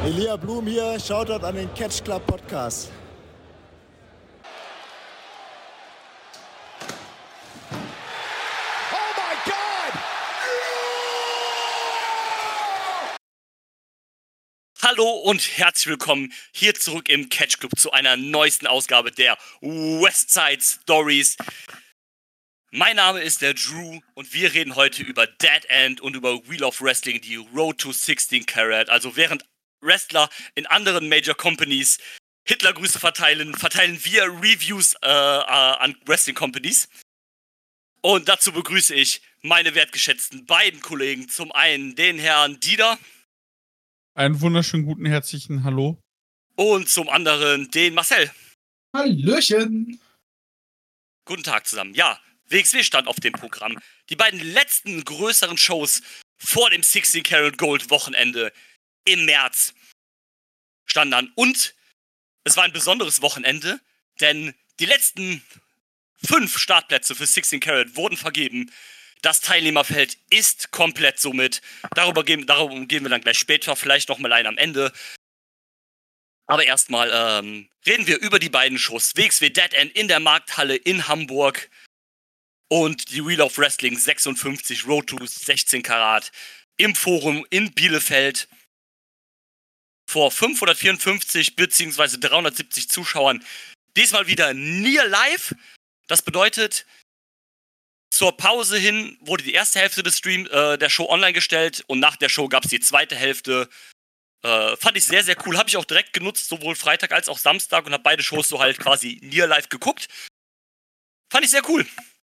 Elia Blum hier, Shoutout an den Catch Club Podcast. Oh my God! Hallo und herzlich willkommen hier zurück im Catch Club zu einer neuesten Ausgabe der Westside Stories. Mein Name ist der Drew und wir reden heute über Dead End und über Wheel of Wrestling, die Road to 16 Karat. Also während Wrestler in anderen Major Companies Hitlergrüße verteilen wir Reviews an Wrestling Companies. Und dazu begrüße ich meine wertgeschätzten beiden Kollegen. Zum einen den Herrn Dieter. Einen wunderschönen guten herzlichen Hallo. Und zum anderen den Marcel. Hallöchen. Guten Tag zusammen. Ja, WXW stand auf dem Programm. Die beiden letzten größeren Shows vor dem 16 Karat Gold Wochenende im März standen an. Und es war ein besonderes Wochenende, denn die letzten 5 Startplätze für 16 Karat wurden vergeben. Das Teilnehmerfeld ist komplett somit. Darum gehen wir dann gleich später vielleicht nochmal ein am Ende. Aber erstmal reden wir über die beiden Shows. WXW Dead End in der Markthalle in Hamburg und die Wheel of Wrestling 56 Road to 16 Karat im Forum in Bielefeld vor 554 bzw. 370 Zuschauern. Diesmal wieder near live. Das bedeutet, zur Pause hin wurde die erste Hälfte des der Show online gestellt und nach der Show gab es die zweite Hälfte. Fand ich sehr, sehr cool. Habe ich auch direkt genutzt, sowohl Freitag als auch Samstag und habe beide Shows so halt quasi near live geguckt. Fand ich sehr cool.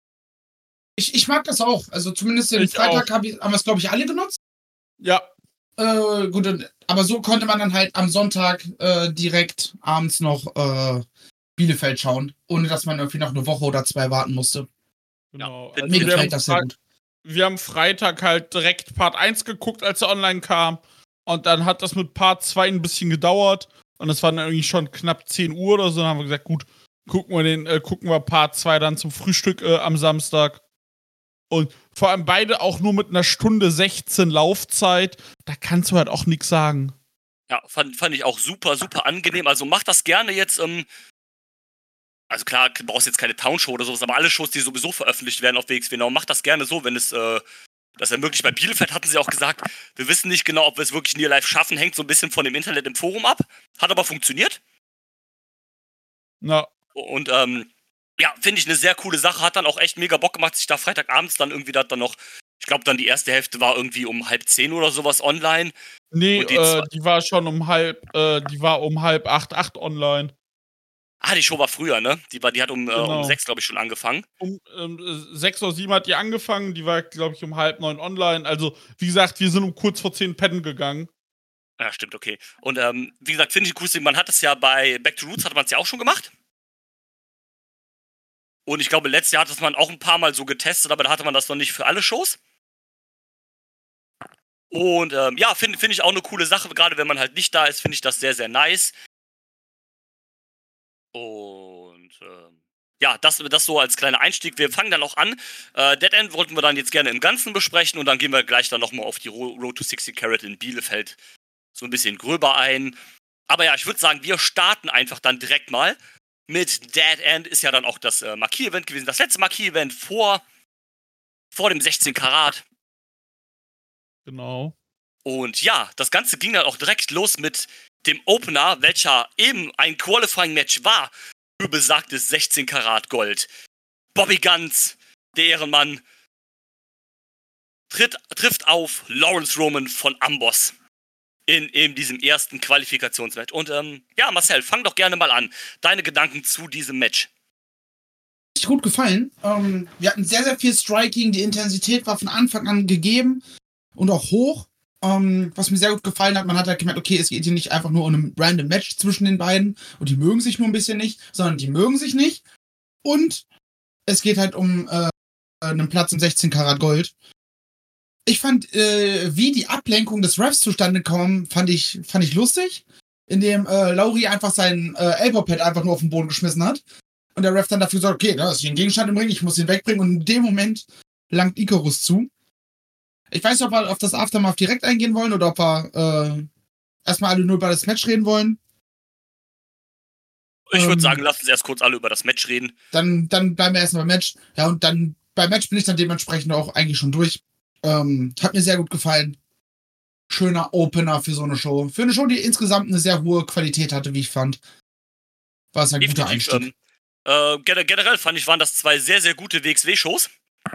Ich mag das auch. Also zumindest den Freitag haben wir es, glaube ich, alle genutzt. Ja. Gut, aber so konnte man dann halt am Sonntag direkt abends noch Bielefeld schauen, ohne dass man irgendwie noch eine Woche oder 2 warten musste. Genau. Ja, Also mir gefällt das sehr gut. Wir haben Freitag halt direkt Part 1 geguckt, als er online kam. Und dann hat das mit Part 2 ein bisschen gedauert. Und es war dann irgendwie schon knapp 10 Uhr oder so. Dann haben wir gesagt, gut, gucken wir Part 2 dann zum Frühstück am Samstag. Und vor allem beide auch nur mit einer Stunde 16 Laufzeit. Da kannst du halt auch nichts sagen. Ja, fand ich auch super, super angenehm. Also mach das gerne jetzt. Also klar, du brauchst jetzt keine Townshow oder sowas, aber alle Shows, die sowieso veröffentlicht werden auf WXW Now, mach das gerne so, wenn es das ermöglicht. Bei Bielefeld hatten sie auch gesagt, wir wissen nicht genau, ob wir es wirklich near live schaffen, hängt so ein bisschen von dem Internet im Forum ab. Hat aber funktioniert. Na. Und ja, finde ich eine sehr coole Sache. Hat dann auch echt mega Bock gemacht, sich da Freitagabends dann irgendwie dann noch, ich glaube dann die erste Hälfte war irgendwie um 7:30 oder sowas online. Nee, die war schon um 7:30, 8 online. Die Show war früher, ne? Die hat um 6, glaube ich, schon angefangen. Um 6 oder 7 hat die angefangen, die war, glaube ich, um 8:30 online. Also, wie gesagt, wir sind um kurz vor 10 pennen gegangen. Ja, stimmt, okay. Und wie gesagt, finde ich cool, man hat es ja bei Back to Roots, hat man es ja auch schon gemacht. Und ich glaube, letztes Jahr hat das man auch ein paar Mal so getestet, aber da hatte man das noch nicht für alle Shows. Und ja, finde ich auch eine coole Sache, gerade wenn man halt nicht da ist, finde ich das sehr, sehr nice. Und ja, das so als kleiner Einstieg. Wir fangen dann auch an. Dead End wollten wir dann jetzt gerne im Ganzen besprechen und dann gehen wir gleich dann nochmal auf die Road to 16 Karat in Bielefeld so ein bisschen gröber ein. Aber ja, ich würde sagen, wir starten einfach dann direkt mal mit Dead End. Ist ja dann auch das Marquis-Event gewesen. Das letzte Marquis-Event vor dem 16 Karat. Genau. Und ja, das Ganze ging dann auch direkt los mit dem Opener, welcher eben ein Qualifying-Match war für besagtes 16 Karat Gold. Bobby Guns, der Ehrenmann, trifft auf Lawrence Roman von Amboss in eben diesem ersten Qualifikationsmatch. Und ja, Marcel, fang doch gerne mal an. Deine Gedanken zu diesem Match. Richtig gut gefallen. Wir hatten sehr, sehr viel Striking. Die Intensität war von Anfang an gegeben und auch hoch. Was mir sehr gut gefallen hat, man hat halt gemerkt, okay, es geht hier nicht einfach nur um ein random Match zwischen den beiden und die mögen sich nur ein bisschen nicht, sondern die mögen sich nicht. Und es geht halt um einen Platz im 16 Karat Gold. Ich fand, wie die Ablenkung des Refs zustande kam, fand ich lustig, indem Lauri einfach seinen Elbowpad einfach nur auf den Boden geschmissen hat und der Ref dann dafür sagt, okay, da ist hier ein Gegenstand im Ring, ich muss ihn wegbringen und in dem Moment langt Icarus zu. Ich weiß nicht, ob wir auf das Aftermath direkt eingehen wollen oder ob wir erstmal alle nur über das Match reden wollen. Ich würde sagen, lass uns erst kurz alle über das Match reden. Dann bleiben wir erstmal beim Match. Ja, und dann beim Match bin ich dann dementsprechend auch eigentlich schon durch. Hat mir sehr gut gefallen. Schöner Opener für so eine Show. Für eine Show, die insgesamt eine sehr hohe Qualität hatte, wie ich fand. War es ein guter Einstieg. Generell fand ich, waren das 2 sehr, sehr gute WXW-Shows.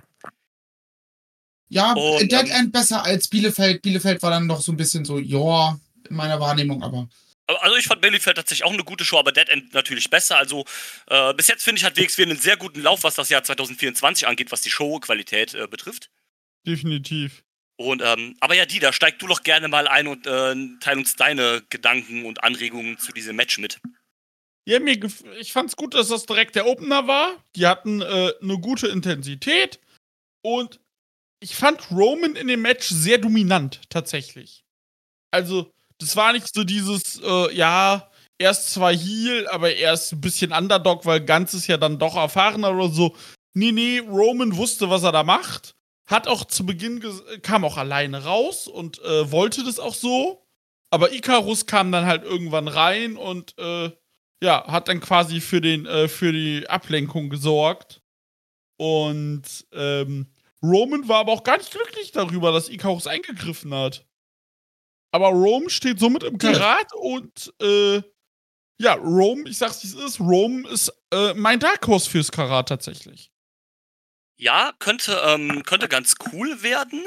Ja, und, Dead End besser als Bielefeld. Bielefeld war dann noch so ein bisschen so, ja, in meiner Wahrnehmung, aber. Also ich fand Bielefeld tatsächlich auch eine gute Show, aber Dead End natürlich besser. Also bis jetzt, finde ich, hat WXW einen sehr guten Lauf, was das Jahr 2024 angeht, was die Showqualität betrifft. Definitiv. Und, aber ja, Dieter, steig du doch gerne mal ein und teil uns deine Gedanken und Anregungen zu diesem Match mit. Ja, ich fand's gut, dass das direkt der Opener war. Die hatten eine gute Intensität. Und ich fand Roman in dem Match sehr dominant, tatsächlich. Also, das war nicht so dieses, erst zwar Heel, aber erst ein bisschen Underdog, weil Ganz ist ja dann doch erfahrener oder so. Nee, Roman wusste, was er da macht. Hat auch zu Beginn, kam auch alleine raus und wollte das auch so. Aber Icarus kam dann halt irgendwann rein und hat dann quasi für die Ablenkung gesorgt. Und Roman war aber auch gar nicht glücklich darüber, dass Icarus eingegriffen hat. Aber Rome steht somit im Karat und Rome, ich sag's wie es ist, Rome ist mein Dark Horse fürs Karat tatsächlich. Ja, könnte ganz cool werden.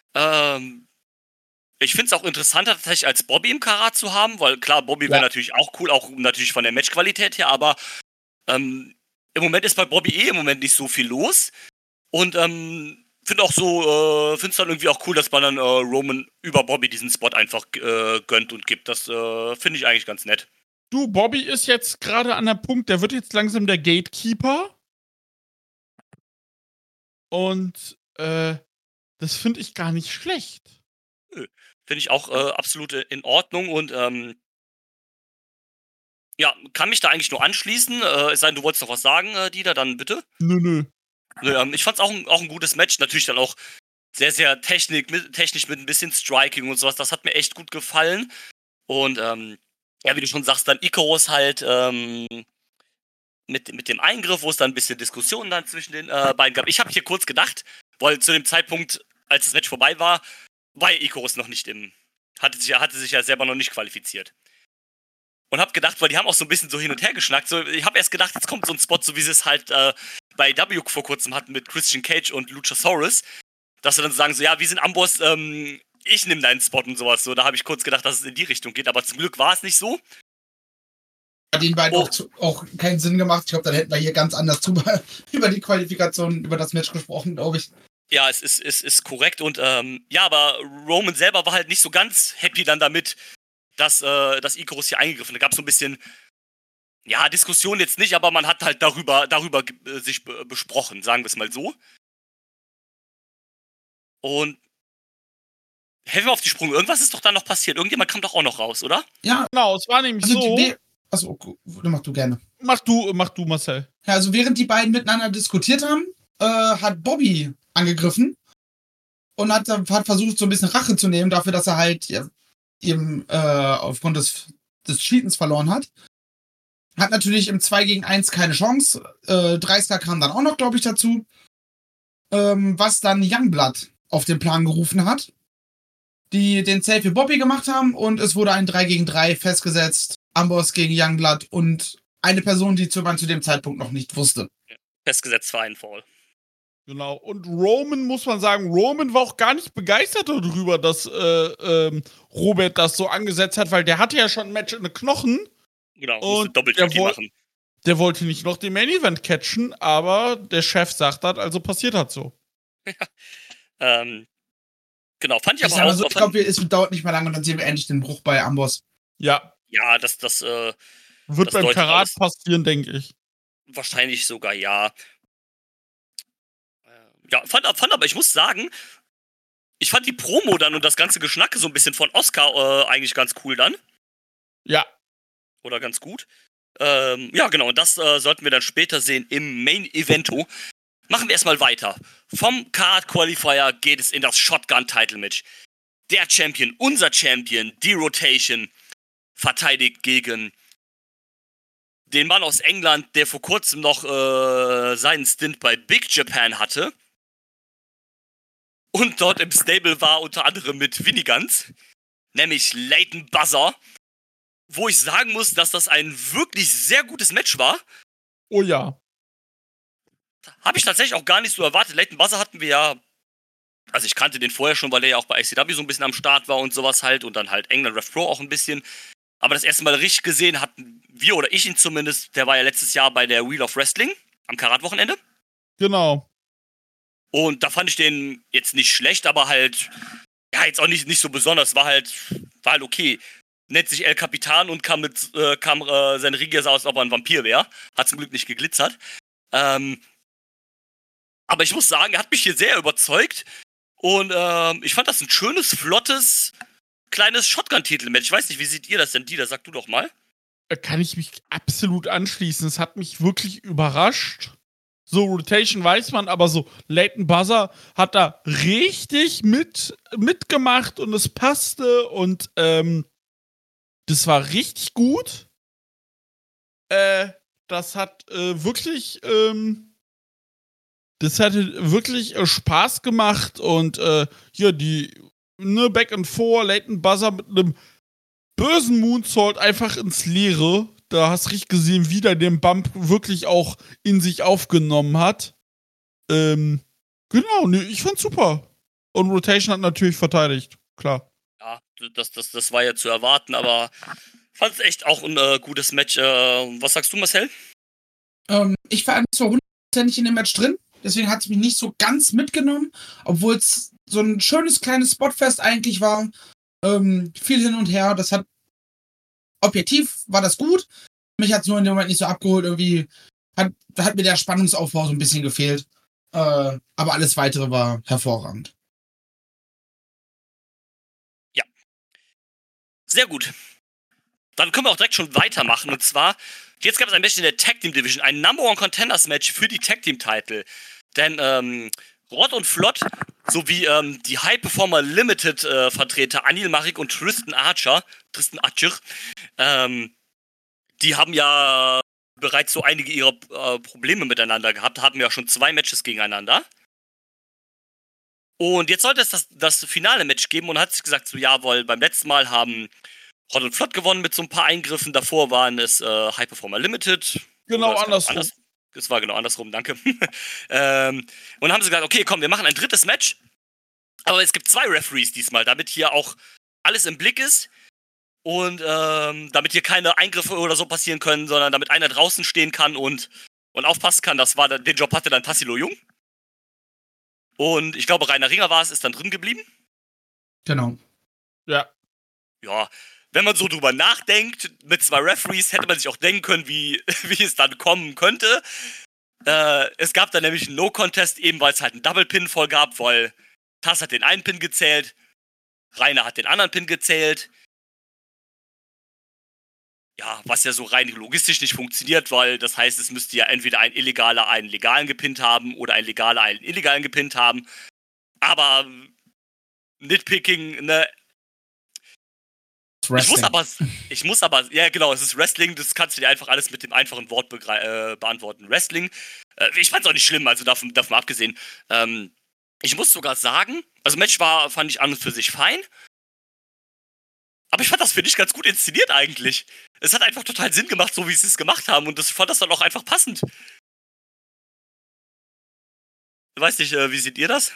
Ich finde es auch interessanter, tatsächlich als Bobby im Karat zu haben, weil klar, Bobby wäre natürlich auch cool, auch natürlich von der Matchqualität her, aber im Moment ist bei Bobby im Moment nicht so viel los. Und finde es dann irgendwie auch cool, dass man dann Roman über Bobby diesen Spot einfach gönnt und gibt. Das finde ich eigentlich ganz nett. Du, Bobby ist jetzt gerade an der Punkt, der wird jetzt langsam der Gatekeeper. Und das finde ich gar nicht schlecht. Finde ich auch absolut in Ordnung und kann mich da eigentlich nur anschließen. Es sei denn, du wolltest noch was sagen, Dieter, dann bitte. Nö. Ich fand es auch ein gutes Match. Natürlich dann auch sehr, sehr technisch mit ein bisschen Striking und sowas. Das hat mir echt gut gefallen. Und wie du schon sagst, dann Icarus halt mit dem Eingriff, wo es dann ein bisschen Diskussionen dann zwischen den beiden gab. Ich habe hier kurz gedacht, weil zu dem Zeitpunkt, als das Match vorbei war ja Icarus noch nicht hatte sich ja selber noch nicht qualifiziert. Und hab gedacht, weil die haben auch so ein bisschen so hin und her geschnackt, so, ich habe erst gedacht, jetzt kommt so ein Spot, so wie sie es halt bei W vor kurzem hatten mit Christian Cage und Luchasaurus, dass sie dann sagen, so, ja, wir sind Amboss, ich nehme deinen Spot und sowas, so, da habe ich kurz gedacht, dass es in die Richtung geht, aber zum Glück war es nicht so. Hat den beiden auch keinen Sinn gemacht. Ich glaube, dann hätten wir hier ganz anders über die Qualifikation, über das Match gesprochen, glaube ich. Ja, es ist korrekt und aber Roman selber war halt nicht so ganz happy dann damit, dass Icarus hier eingegriffen hat. Da gab es so ein bisschen, Diskussion jetzt nicht, aber man hat halt darüber sich besprochen, sagen wir es mal so. Und helfen wir auf die Sprünge. Irgendwas ist doch da noch passiert. Irgendjemand kam doch auch noch raus, oder? Ja. Genau, es war nämlich so. Achso, mach du gerne. Mach du, Marcel. Ja, also während die beiden miteinander diskutiert haben, hat Bobby angegriffen und hat versucht, so ein bisschen Rache zu nehmen dafür, dass er halt eben aufgrund des Cheatens verloren hat. Hat natürlich im 2 gegen 1 keine Chance. Dreisker kam dann auch noch, glaube ich, dazu. Was dann Youngblood auf den Plan gerufen hat, die den Save für Bobby gemacht haben und es wurde ein 3 gegen 3 festgesetzt. Amboss gegen Youngblood und eine Person, die man zu dem Zeitpunkt noch nicht wusste. Festgesetzt für einen Fall. Genau, und Roman, muss man sagen, Roman war auch gar nicht begeistert darüber, dass Robert das so angesetzt hat, weil der hatte ja schon ein Match in den Knochen. Genau, musste Doppel-Duty machen. Der wollte nicht noch den Main-Event catchen, aber der Chef sagt das, also passiert hat so. Genau, fand ich aber auch. Ich glaube, es dauert nicht mehr lange und dann sehen wir endlich den Bruch bei Amboss. Ja. Ja, das wird beim Karat passieren, denke ich. Wahrscheinlich sogar, ja. Fand aber, ich muss sagen, ich fand die Promo dann und das ganze Geschnacke so ein bisschen von Oscar eigentlich ganz cool dann. Ja. Oder ganz gut. Genau, und das sollten wir dann später sehen im Main-Evento. Machen wir erstmal weiter. Vom Karat Qualifier geht es in das Shotgun-Title-Match. der Champion, unser Champion, die Rotation, verteidigt gegen den Mann aus England, der vor kurzem noch seinen Stint bei Big Japan hatte und dort im Stable war, unter anderem mit Vinnie Guns, nämlich Leighton Buzzer, wo ich sagen muss, dass das ein wirklich sehr gutes Match war. Oh ja. Habe ich tatsächlich auch gar nicht so erwartet. Leighton Buzzer hatten wir ja, also ich kannte den vorher schon, weil er ja auch bei ICW so ein bisschen am Start war und sowas halt und dann halt England Rev Pro auch ein bisschen. Aber das erste Mal richtig gesehen hatten wir, oder ich ihn zumindest, der war ja letztes Jahr bei der Wheel of Wrestling am Karat-Wochenende. Genau. Und da fand ich den jetzt nicht schlecht, aber halt, ja, jetzt auch nicht so besonders, war halt okay. Nennt sich El Capitan und kam sein Ringier sah aus, als ob er ein Vampir wäre. Hat zum Glück nicht geglitzert. Aber ich muss sagen, er hat mich hier sehr überzeugt. Und ich fand das ein schönes, flottes, kleines Shotgun-Titel-Match. Ich weiß nicht, wie seht ihr das denn, Dieter? Sag du doch mal. Kann ich mich absolut anschließen. Es hat mich wirklich überrascht. So, Rotation weiß man, aber so Leighton Buzzer hat da richtig mitgemacht und es passte und das war richtig gut. Das hat wirklich Spaß gemacht und hier die Back and Forth, Leighton Buzzer mit einem bösen Moonsault einfach ins Leere. Da hast du richtig gesehen, wie der den Bump wirklich auch in sich aufgenommen hat. Genau, ich fand's super. Und Rotation hat natürlich verteidigt, klar. Ja, das war ja zu erwarten, aber fand es echt auch ein gutes Match. Was sagst du, Marcel? Ich war nicht so hundertprozentig in dem Match drin, deswegen hat es mich nicht so ganz mitgenommen, obwohl es so ein schönes kleines Spotfest eigentlich war. Viel hin und her, das hat objektiv war das gut. Mich hat es nur in dem Moment nicht so abgeholt, irgendwie hat mir der Spannungsaufbau so ein bisschen gefehlt. Aber alles weitere war hervorragend. Ja. Sehr gut. Dann können wir auch direkt schon weitermachen. Und zwar, jetzt gab es ein Match in der Tag Team Division, ein Number One Contenders Match für die Tag Team Title. Denn Rod und Flott sowie die High Performer Limited Vertreter Anil Marik und Tristan Archer, die haben ja bereits so einige ihrer Probleme miteinander gehabt, hatten ja schon 2 Matches gegeneinander. Und jetzt sollte es das finale Match geben und hat sich gesagt, so jawohl, beim letzten Mal haben Rod und Flott gewonnen mit so ein paar Eingriffen, davor waren es High Performer Limited. Genau andersrum. Das war genau andersrum, danke. Und haben sie gesagt, okay, komm, wir machen ein drittes Match. Aber es gibt 2 Referees diesmal, damit hier auch alles im Blick ist. Und damit hier keine Eingriffe oder so passieren können, sondern damit einer draußen stehen kann und aufpassen kann. Den Job hatte dann Tassilo Jung. Und ich glaube, Rainer Ringer ist dann drin geblieben. Genau. Ja. Ja, wenn man so drüber nachdenkt, mit 2 Referees hätte man sich auch denken können, wie es dann kommen könnte. Es gab dann nämlich einen No-Contest, eben weil es halt einen Double-Pin-Fall gab, weil Tass hat den einen Pin gezählt, Rainer hat den anderen Pin gezählt. Ja, was ja so rein logistisch nicht funktioniert, weil das heißt, es müsste ja entweder ein Illegaler einen Legalen gepinnt haben oder ein Legaler einen Illegalen gepinnt haben. Aber Nitpicking, ne? Ich muss aber, ja genau, es ist Wrestling, das kannst du dir einfach alles mit dem einfachen Wort beantworten. Wrestling. Ich fand's auch nicht schlimm, also davon abgesehen. Ich muss sogar sagen, also Match fand ich an und für sich fein. Aber ich fand das, finde ich, ganz gut inszeniert eigentlich. Es hat einfach total Sinn gemacht, so wie sie es gemacht haben. Und ich fand das dann auch einfach passend. Ich weiß nicht, wie seht ihr das?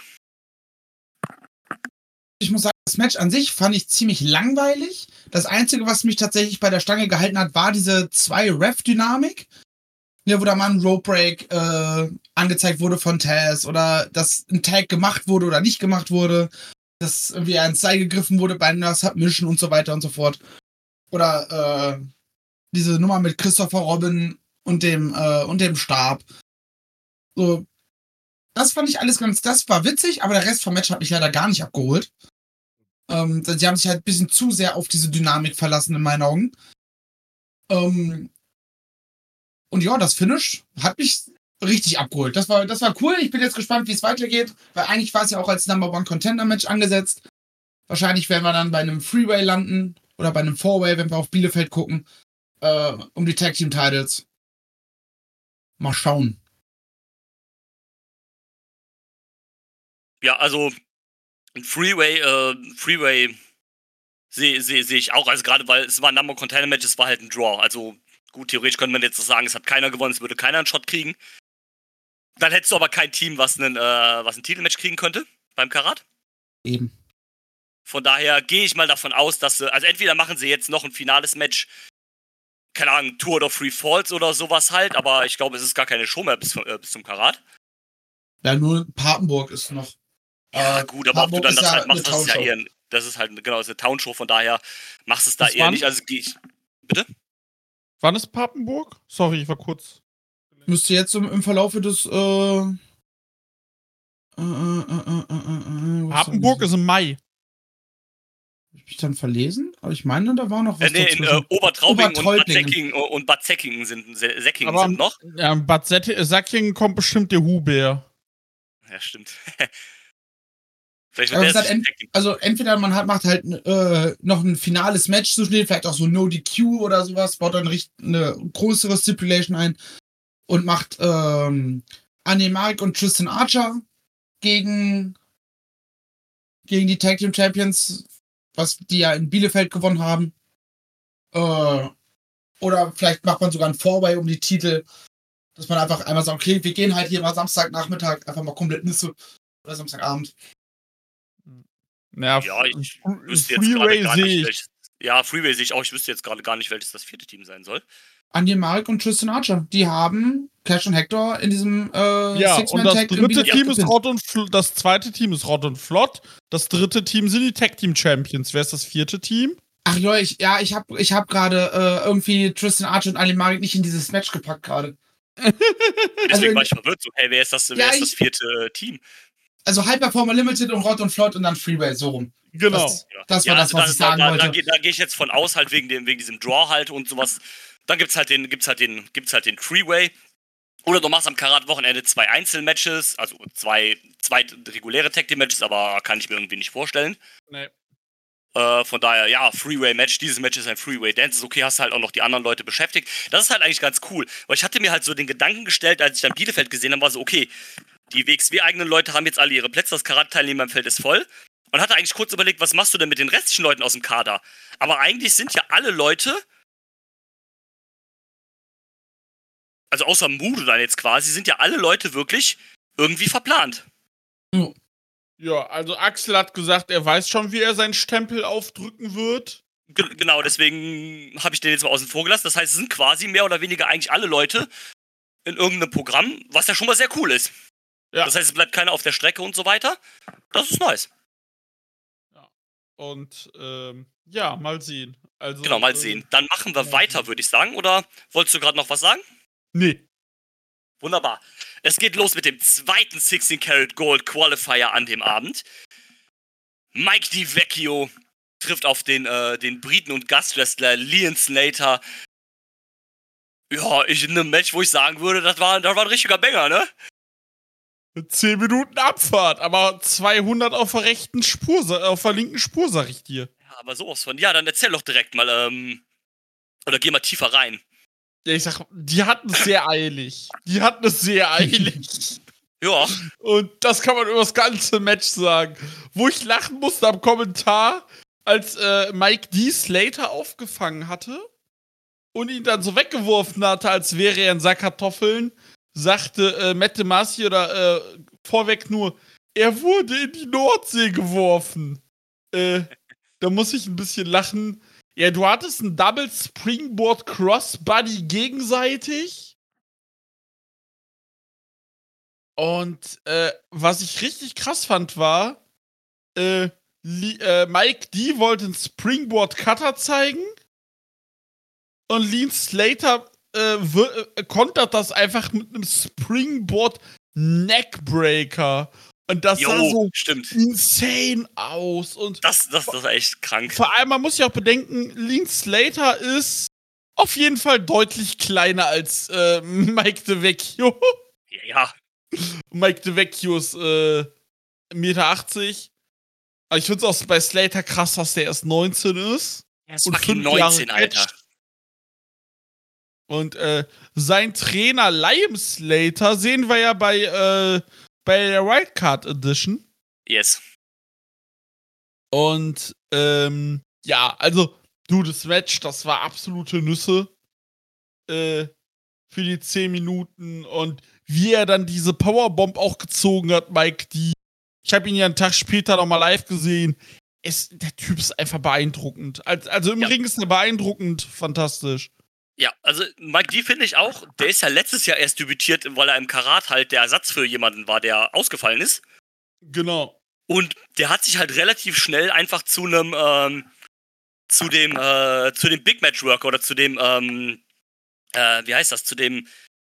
Ich muss sagen, das Match an sich fand ich ziemlich langweilig. Das Einzige, was mich tatsächlich bei der Stange gehalten hat, war diese 2-Ref-Dynamik. Ja, wo da mal ein Rope Break angezeigt wurde von Taz oder dass ein Tag gemacht wurde oder nicht gemacht wurde. Dass irgendwie ans Seil gegriffen wurde bei einer Submission und so weiter und so fort. Oder diese Nummer mit Christopher Robin und dem Stab. So, das fand ich alles das war witzig, aber der Rest vom Match hat mich leider gar nicht abgeholt. Sie haben sich halt ein bisschen zu sehr auf diese Dynamik verlassen, in meinen Augen. Und ja, das Finish hat mich richtig abgeholt. Das war cool. Ich bin jetzt gespannt, wie es weitergeht, weil eigentlich war es ja auch als Number One Contender Match angesetzt. Wahrscheinlich werden wir dann bei einem Freeway landen oder bei einem Four-Way, wenn wir auf Bielefeld gucken, um die Tag Team Titles. Mal schauen. Ja, also ein Freeway sehe ich auch, also gerade weil es war ein Number Contender Match, es war halt ein Draw. Also gut, theoretisch könnte man jetzt sagen, es hat keiner gewonnen, es würde keiner einen Shot kriegen. Dann hättest du aber kein Team, was ein Titelmatch kriegen könnte beim Karat. Eben. Von daher gehe ich mal davon aus, dass sie, also entweder machen sie jetzt noch ein finales Match, keine Ahnung, Tour of Free Falls oder sowas halt, aber ich glaube, es ist gar keine Show mehr bis zum Karat. Ja, nur Papenburg ist noch. Ja, gut, aber ob du dann das halt machst, das ist ja eher, das ist halt, genau, das ist eine Townshow, von daher machst du es da eher nicht, also gehe ich. Bitte? Wann ist Papenburg? Sorry, ich war kurz. Müsste jetzt im Verlaufe des, Papenburg ist im Mai. Hab ich mich dann verlesen? Aber ich meine, da war noch was Nee, in dazwischen. Obertraubing und Bad Säckingen sind noch. Ja, in Bad Säckingen kommt bestimmt der Hubär. Ja, stimmt. Vielleicht Aber wird es hat also entweder man macht halt noch ein finales Match zwischen denen, vielleicht auch so No DQ oder sowas, baut dann eine größere Stipulation ein und macht Annemarie und Tristan Archer gegen die Tag Team Champions, was die ja in Bielefeld gewonnen haben. Oder vielleicht macht man sogar ein Four-Way um die Titel, dass man einfach einmal sagt, okay, wir gehen halt hier mal Samstagnachmittag einfach mal komplett Nisse oder Samstagabend. Ja, ich wüsste jetzt gerade gar nicht, welches. Ja, Freeway sehe ich auch. Ich wüsste jetzt gerade gar nicht, welches das vierte Team sein soll. Annemarie und Tristan Archer, die haben Cash und Hector in diesem Six-Man-Tag. Und das dritte Team ist Rott und Flott. Das zweite Team ist Rott und Flott. Das dritte Team sind die Tag Team Champions. Wer ist das vierte Team? Ach ja, ich hab gerade irgendwie Tristan Archer und Annemarie nicht in dieses Match gepackt gerade. Deswegen war ich verwirrt. So, hey, wer ist das vierte Team? Also High Performer Limited und Rott und Flott und dann Freeway, so rum. Genau. Das war das, was ich sagen wollte. Da gehe ich jetzt von aus, halt wegen diesem Draw halt und sowas. Dann gibt's halt den Freeway. Oder du machst am Karat-Wochenende 2 Einzelmatches, also zwei reguläre Tag-Team-Matches, aber kann ich mir irgendwie nicht vorstellen. Nee. Von daher, ja, Freeway-Match. Dieses Match ist ein Freeway-Dance. Ist okay, hast halt auch noch die anderen Leute beschäftigt. Das ist halt eigentlich ganz cool. Weil ich hatte mir halt so den Gedanken gestellt, als ich dann Bielefeld gesehen habe, war so, okay, die WXW-eigenen Leute haben jetzt alle ihre Plätze, das Karat-Teilnehmer im Feld ist voll. Und hatte eigentlich kurz überlegt, was machst du denn mit den restlichen Leuten aus dem Kader? Aber eigentlich sind ja alle Leute, also außer Mudo dann jetzt quasi, sind ja alle Leute wirklich irgendwie verplant. Ja, also Axel hat gesagt, er weiß schon, wie er seinen Stempel aufdrücken wird. Genau, deswegen habe ich den jetzt mal außen vor gelassen. Das heißt, es sind quasi mehr oder weniger eigentlich alle Leute in irgendeinem Programm, was ja schon mal sehr cool ist. Ja. Das heißt, es bleibt keiner auf der Strecke und so weiter. Das ist nice. Ja. Und, ja, mal sehen. Also, genau, mal sehen. Dann machen wir weiter, würde ich sagen. Oder wolltest du gerade noch was sagen? Nee. Wunderbar. Es geht los mit dem zweiten 16 Karat Gold Qualifier an dem Abend. Mike DiVecchio trifft auf den Briten und Gastwrestler Leon Slater. Ja, in einem Match, wo ich sagen würde, das war ein richtiger Banger, ne? 10 Minuten Abfahrt, aber 200 auf der linken Spur, sag ich dir. Ja, aber sowas von. Ja, dann erzähl doch direkt mal, oder geh mal tiefer rein. Ja, ich sag, die hatten es sehr eilig. Ja. Und das kann man über das ganze Match sagen. Wo ich lachen musste am Kommentar, als Mike D. Slater aufgefangen hatte und ihn dann so weggeworfen hatte, als wäre er ein Sack Kartoffeln, sagte Matt DeMasi oder vorweg nur, er wurde in die Nordsee geworfen. Da muss ich ein bisschen lachen. Ja, du hattest ein Double Springboard Crossbody gegenseitig. Und was ich richtig krass fand, war, Mike D. wollte einen Springboard Cutter zeigen. Und Leon Slater kontert das einfach mit einem Springboard Neckbreaker. Und das sah so insane aus. Und das ist echt krank. Vor allem, man muss ja auch bedenken, Leon Slater ist auf jeden Fall deutlich kleiner als Mike DiVecchio. Ja. Mike DiVecchio ist 1,80 Meter. Aber ich finde es auch bei Slater krass, dass der erst 19 ist. Er ist Und fucking 5 Jahre 19, Alter. catcht. Und sein Trainer Liam Slater sehen wir ja bei der Wildcard Edition. Yes. Und ja, also, du, das Match, das war absolute Nüsse für die 10 Minuten. Und wie er dann diese Powerbomb auch gezogen hat, Mike D. Ich habe ihn ja einen Tag später nochmal live gesehen. Der Typ ist einfach beeindruckend. Also im Ring ist er beeindruckend fantastisch. Ja, also Mike D finde ich auch, der ist ja letztes Jahr erst debütiert, weil er im Karat halt der Ersatz für jemanden war, der ausgefallen ist. Genau. Und der hat sich halt relativ schnell einfach zu dem Big Match Worker oder zu dem, wie heißt das, den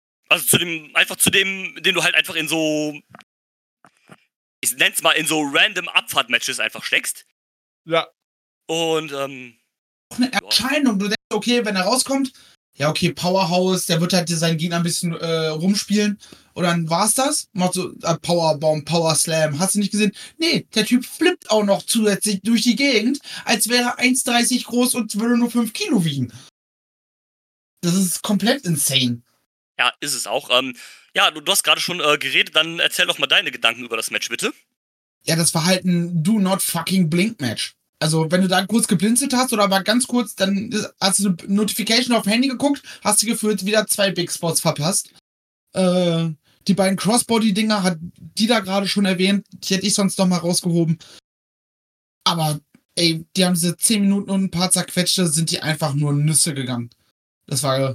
du halt einfach in so, ich nenn's mal, in so random Abfahrt-Matches einfach steckst. Ja. Und, Eine Erscheinung. Du denkst, okay, wenn er rauskommt, ja, okay, Powerhouse, der wird halt seinen Gegner ein bisschen rumspielen. Und dann war's das. Macht so Powerbomb, Power Slam. Hast du nicht gesehen? Nee, der Typ flippt auch noch zusätzlich durch die Gegend, als wäre er 1,30 groß und würde nur 5 Kilo wiegen. Das ist komplett insane. ja, ist es auch. Ja, du hast gerade schon geredet, dann erzähl doch mal deine Gedanken über das Match, bitte. Ja, das war halt ein Do Not Fucking Blink Match. Also, wenn du da kurz geblinzelt hast oder mal ganz kurz, dann hast du eine Notification auf Handy geguckt, hast du gefühlt wieder 2 Big Spots verpasst. Die beiden Crossbody-Dinger hat die da gerade schon erwähnt, die hätte ich sonst noch mal rausgehoben. Aber, ey, die haben diese 10 Minuten und ein paar zerquetschte, sind die einfach nur Nüsse gegangen. Das war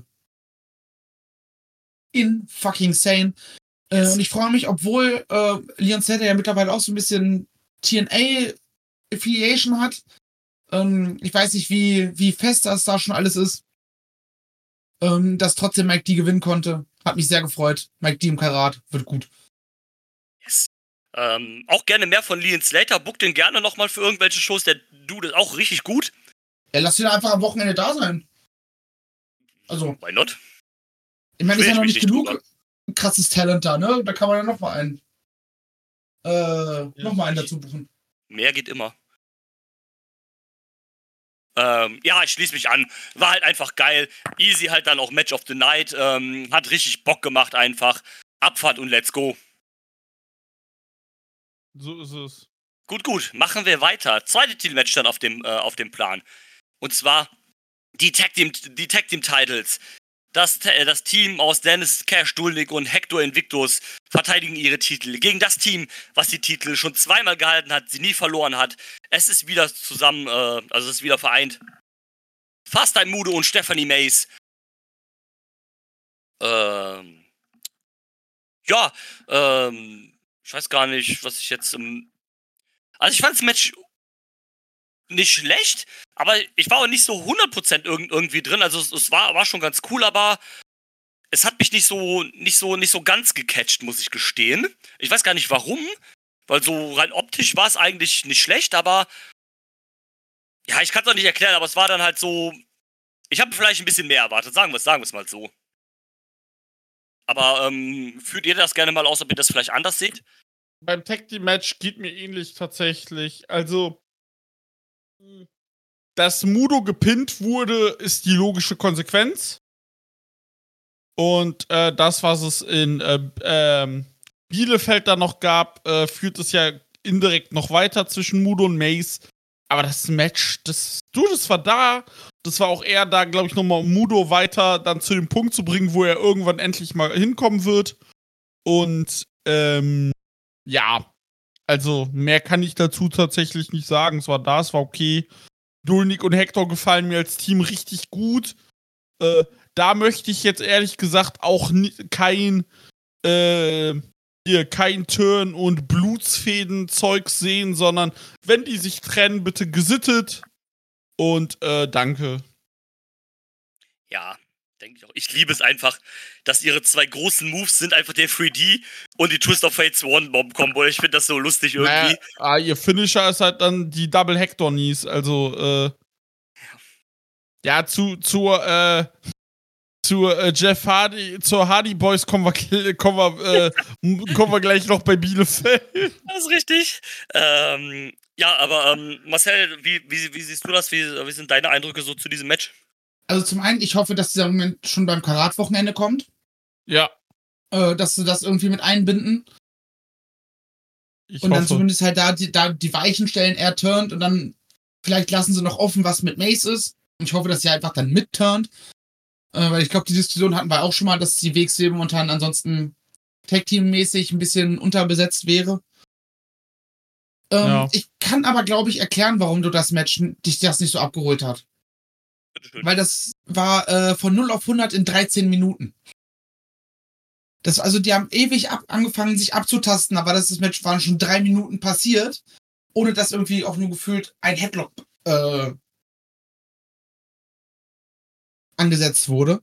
in fucking sane. Yes. Und ich freue mich, obwohl Leon Slater ja mittlerweile auch so ein bisschen TNA-Affiliation hat. Ich weiß nicht, wie fest das da schon alles ist. Dass trotzdem Mike D gewinnen konnte. Hat mich sehr gefreut. Mike D im Karat wird gut. Yes. Auch gerne mehr von Leon Slater. Book den gerne nochmal für irgendwelche Shows. Der Dude ist auch richtig gut. Ja, lass ihn einfach am Wochenende da sein. Also, Why not? ich meine, ist ja noch mich nicht nicht genug drüber. krasses Talent da, ne? Da kann man ja noch mal einen dazu buchen. Mehr geht immer. Ja, ich schließe mich an. War halt einfach geil. Easy halt dann auch Match of the Night. Hat richtig Bock gemacht einfach. Abfahrt und let's go. So ist es. Gut. Machen wir weiter. Zweite Titelmatch dann auf dem Plan. Und zwar die Tag Team Titles. Das Team aus Dennis Cash, Dulnik und Hector Invictus verteidigen ihre Titel gegen das Team, was die Titel schon zweimal gehalten hat, sie nie verloren hat. Es ist wieder zusammen, es ist wieder vereint. Fasttime Mudo und Stephanie Mace. Ich weiß gar nicht, was ich jetzt also ich fand das Match nicht schlecht, aber ich war auch nicht so 100% irgendwie drin. Also es war schon ganz cool, aber es hat mich nicht so ganz gecatcht, muss ich gestehen. Ich weiß gar nicht warum, weil so rein optisch war es eigentlich nicht schlecht, aber ja, ich kann es auch nicht erklären, aber es war dann halt so, ich habe vielleicht ein bisschen mehr erwartet, sagen wir es mal so. Aber führt ihr das gerne mal aus, ob ihr das vielleicht anders seht? Beim Tag Team Match geht mir ähnlich tatsächlich. Also, dass Mudo gepinnt wurde, ist die logische Konsequenz. Und das, was es in Bielefeld dann noch gab, führt es ja indirekt noch weiter zwischen Mudo und Mace. Aber das Match, das war da. Das war auch eher da, glaube ich, nochmal um Mudo weiter dann zu dem Punkt zu bringen, wo er irgendwann endlich mal hinkommen wird. Und ja, also mehr kann ich dazu tatsächlich nicht sagen. Es war okay. Dulnik und Hector gefallen mir als Team richtig gut. Da möchte ich jetzt ehrlich gesagt auch kein Turn- und Blutsfäden-Zeugs sehen, sondern wenn die sich trennen, bitte gesittet. Und danke. Ja, denke ich auch. Ich liebe es einfach, dass ihre zwei großen Moves sind einfach der 3D und die Twist of Fates One-Bomb-Combo. Ich finde das so lustig irgendwie. Ihr Finisher ist halt dann die Double Hector Knees. Also, ja, zur Jeff Hardy, zur Hardy Boys kommen wir gleich noch bei Bielefeld. Das ist richtig. Ja, aber Marcel, wie siehst du das? Wie sind deine Eindrücke so zu diesem Match? Also zum einen, ich hoffe, dass dieser Moment schon beim Karat-Wochenende kommt. Ja. Dass sie das irgendwie mit einbinden. Ich und hoffe. dann zumindest halt da die Weichen stellen, er turnt und dann vielleicht lassen sie noch offen, was mit Mace ist. Und ich hoffe, dass sie einfach dann mitturnt. Weil ich glaube, die Diskussion hatten wir auch schon mal, dass die WXW momentan ansonsten Tag-Team-mäßig ein bisschen unterbesetzt wäre. Ja. Ich kann aber, glaube ich, erklären, warum du das Match dich das nicht so abgeholt hat. Weil das war von 0 auf 100 in 13 Minuten. Also die haben ewig angefangen, sich abzutasten, aber das Match waren schon 3 Minuten passiert, ohne dass irgendwie auch nur gefühlt ein Headlock angesetzt wurde.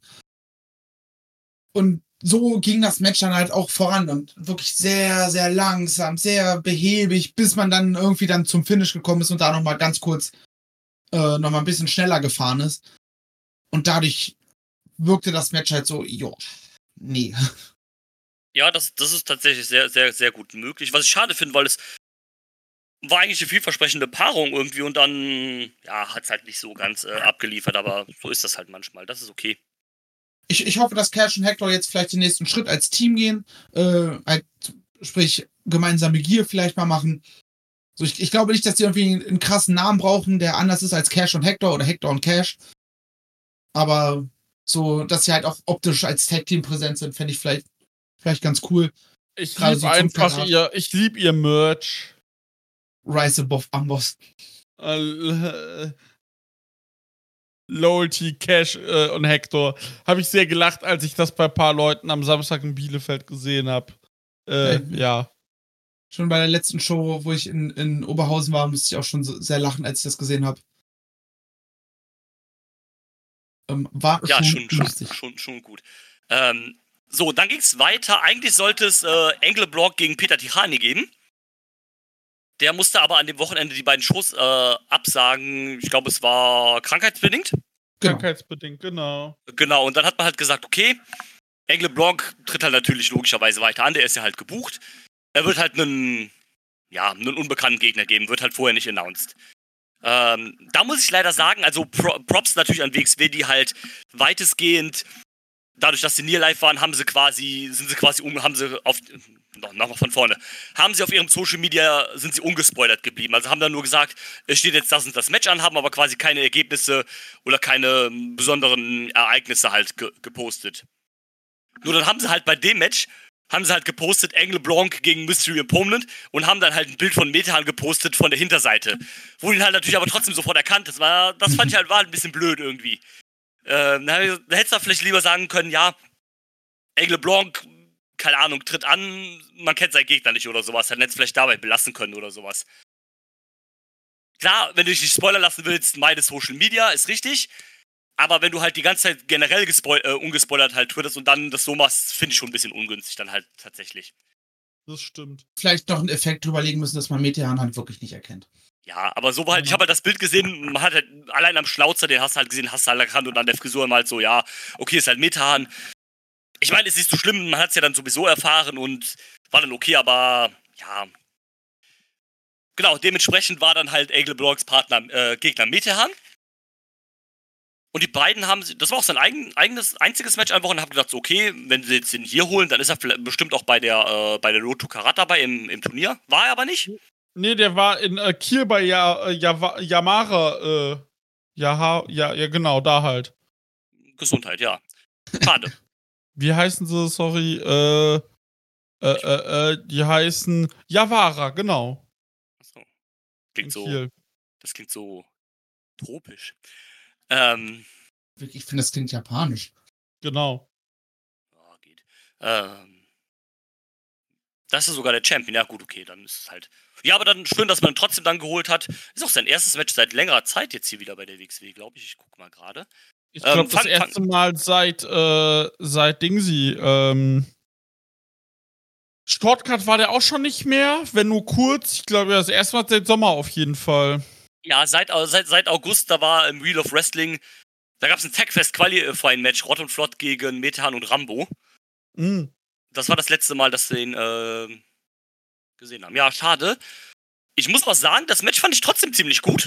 Und so ging das Match dann halt auch voran und wirklich sehr, sehr langsam, sehr behäbig, bis man dann irgendwie dann zum Finish gekommen ist und da nochmal ganz kurz nochmal ein bisschen schneller gefahren ist. Und dadurch wirkte das Match halt so, nee. Ja, das ist tatsächlich sehr, sehr, sehr gut möglich. Was ich schade finde, weil es war eigentlich eine vielversprechende Paarung irgendwie und dann, ja, hat es halt nicht so ganz abgeliefert, aber so ist das halt manchmal. Das ist okay. Ich hoffe, dass Cash und Hector jetzt vielleicht den nächsten Schritt als Team gehen, sprich gemeinsame Gear vielleicht mal machen. So, ich glaube nicht, dass die irgendwie einen krassen Namen brauchen, der anders ist als Cash und Hector oder Hector und Cash. Aber so, dass sie halt auch optisch als Tag-Team präsent sind, fände ich vielleicht ganz cool. Ich Gerade liebe so zum einfach Karat. ich liebe ihr Merch. Rise Above Amboss. Loyalty, Cash und Hector. Habe ich sehr gelacht, als ich das bei ein paar Leuten am Samstag in Bielefeld gesehen habe. Ja. Schon bei der letzten Show, wo ich in Oberhausen war, musste ich auch schon so sehr lachen, als ich das gesehen habe. War Ja, schon lustig. schon gut. So, dann ging's weiter. Eigentlich sollte es Angle Block gegen Peter Tichani geben. Der musste aber an dem Wochenende die beiden Shows absagen. Ich glaube, es war krankheitsbedingt. Genau. Krankheitsbedingt, genau. Genau, und dann hat man halt gesagt, okay, Angle Block tritt halt natürlich logischerweise weiter an. Der ist ja halt gebucht. Er wird halt einen unbekannten Gegner geben. Wird halt vorher nicht announced. Da muss ich leider sagen, also Props natürlich an WXW, die halt weitestgehend, dadurch, dass sie Near Live waren, haben sie auf ihrem Social Media, sind sie ungespoilert geblieben. Also haben dann nur gesagt, es steht jetzt das und das Match an, haben aber quasi keine Ergebnisse oder keine besonderen Ereignisse halt gepostet. Nur dann haben sie halt bei dem Match gepostet, Angle Blanc gegen Mystery Opponent und haben dann halt ein Bild von Metehan gepostet von der Hinterseite. Wurde ihn halt natürlich aber trotzdem sofort erkannt. Das fand ich halt, war ein bisschen blöd irgendwie. Da hättest du vielleicht lieber sagen können, ja, Angle Blanc, keine Ahnung, tritt an, man kennt seinen Gegner nicht oder sowas. Dann hättest du vielleicht dabei belassen können oder sowas. Klar, wenn du dich nicht spoilern lassen willst, meine Social Media, ist richtig. Aber wenn du halt die ganze Zeit generell ungespoilert halt twitterst und dann das so machst, finde ich schon ein bisschen ungünstig dann halt tatsächlich. Das stimmt. Vielleicht noch einen Effekt drüberlegen müssen, dass man Metehan halt wirklich nicht erkennt. Ja, aber so war halt, ich habe halt das Bild gesehen, man hat halt allein am Schnauzer, den hast du halt gesehen, hast du halt erkannt und an der Frisur halt so, ja, okay, ist halt Metehan. Ich meine, es ist nicht so schlimm, man hat es ja dann sowieso erfahren und war dann okay, aber ja. Genau, dementsprechend war dann halt Angle Blancs Gegner Metehan. Und die beiden das war auch sein einziges Match einfach und haben gedacht, so, okay, wenn sie jetzt den hier holen, dann ist er bestimmt auch bei der Road to Karat dabei im Turnier. War er aber nicht. Nee, der war in Kiel bei Yamara. Ja, genau, da halt. Gesundheit, ja. Schade. Wie heißen sie, sorry? Die heißen Yavara, genau. Achso. Das klingt so tropisch. Ich finde, das klingt japanisch. Genau. Ja, geht. Das ist sogar der Champion. Ja, gut, okay, dann ist es halt. Ja, aber dann schön, dass man ihn trotzdem dann geholt hat. Ist auch sein erstes Match seit längerer Zeit jetzt hier wieder bei der WXW, glaube ich. Ich guck mal gerade. Ich glaube, das erste Mal seit Dingsy. Shortcut war der auch schon nicht mehr, wenn nur kurz. Ich glaube, das erste Mal seit Sommer auf jeden Fall. Ja, seit August, da war im Wheel of Wrestling Da gab es ein Tagfest-Qualifying-Match, Rott und Flott gegen Metehan und Rambo. Das war das letzte Mal, dass wir ihn gesehen haben. Ja, schade. Ich muss auch sagen, das Match fand ich trotzdem ziemlich gut.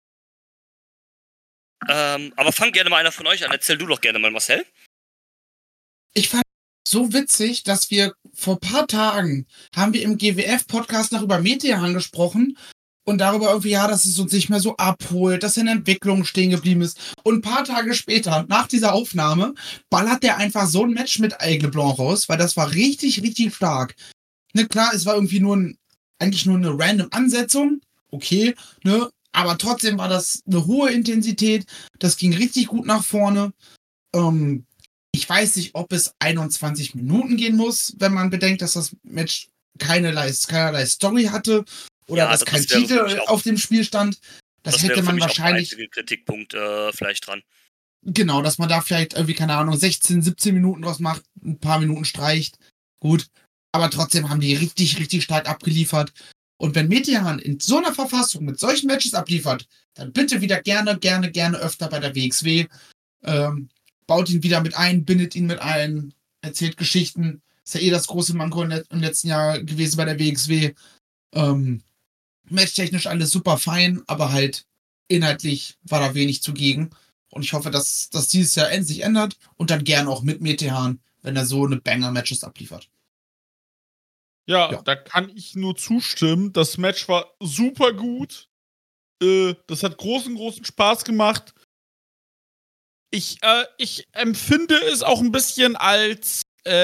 Aber fang gerne mal einer von euch an. Erzähl du doch gerne mal, Marcel. Ich fand es so witzig, dass wir vor ein paar Tagen haben wir im GWF-Podcast noch über Metehan gesprochen und darüber irgendwie, ja, dass es uns nicht mehr so abholt, dass er in der Entwicklung stehen geblieben ist. Und ein paar Tage später, nach dieser Aufnahme, ballert der einfach so ein Match mit Aigle Blanc raus, weil das war richtig, richtig stark. Ne, klar, es war irgendwie eigentlich nur eine random Ansetzung, okay, ne, aber trotzdem war das eine hohe Intensität, das ging richtig gut nach vorne. Ich weiß nicht, ob es 21 Minuten gehen muss, wenn man bedenkt, dass das Match keinerlei Story hatte oder dass kein Titel auf dem Spiel stand. Das hätte man wahrscheinlich. Der Kritikpunkt vielleicht dran. Genau, dass man da vielleicht irgendwie, keine Ahnung, 16, 17 Minuten draus macht, ein paar Minuten streicht. Gut. Aber trotzdem haben die richtig, richtig stark abgeliefert. Und wenn Metehan in so einer Verfassung mit solchen Matches abliefert, dann bitte wieder gerne öfter bei der WXW. Baut ihn wieder mit ein, bindet ihn mit ein, erzählt Geschichten. Ist ja das große Manko im letzten Jahr gewesen bei der WXW. Matchtechnisch alles super fein, aber halt inhaltlich war da wenig zugegen. Und ich hoffe, dass dieses Jahr endlich ändert und dann gern auch mit Metehan, wenn er so eine Banger-Matches abliefert. Ja, da kann ich nur zustimmen. Das Match war super gut. Das hat großen Spaß gemacht. Ich empfinde es auch ein bisschen als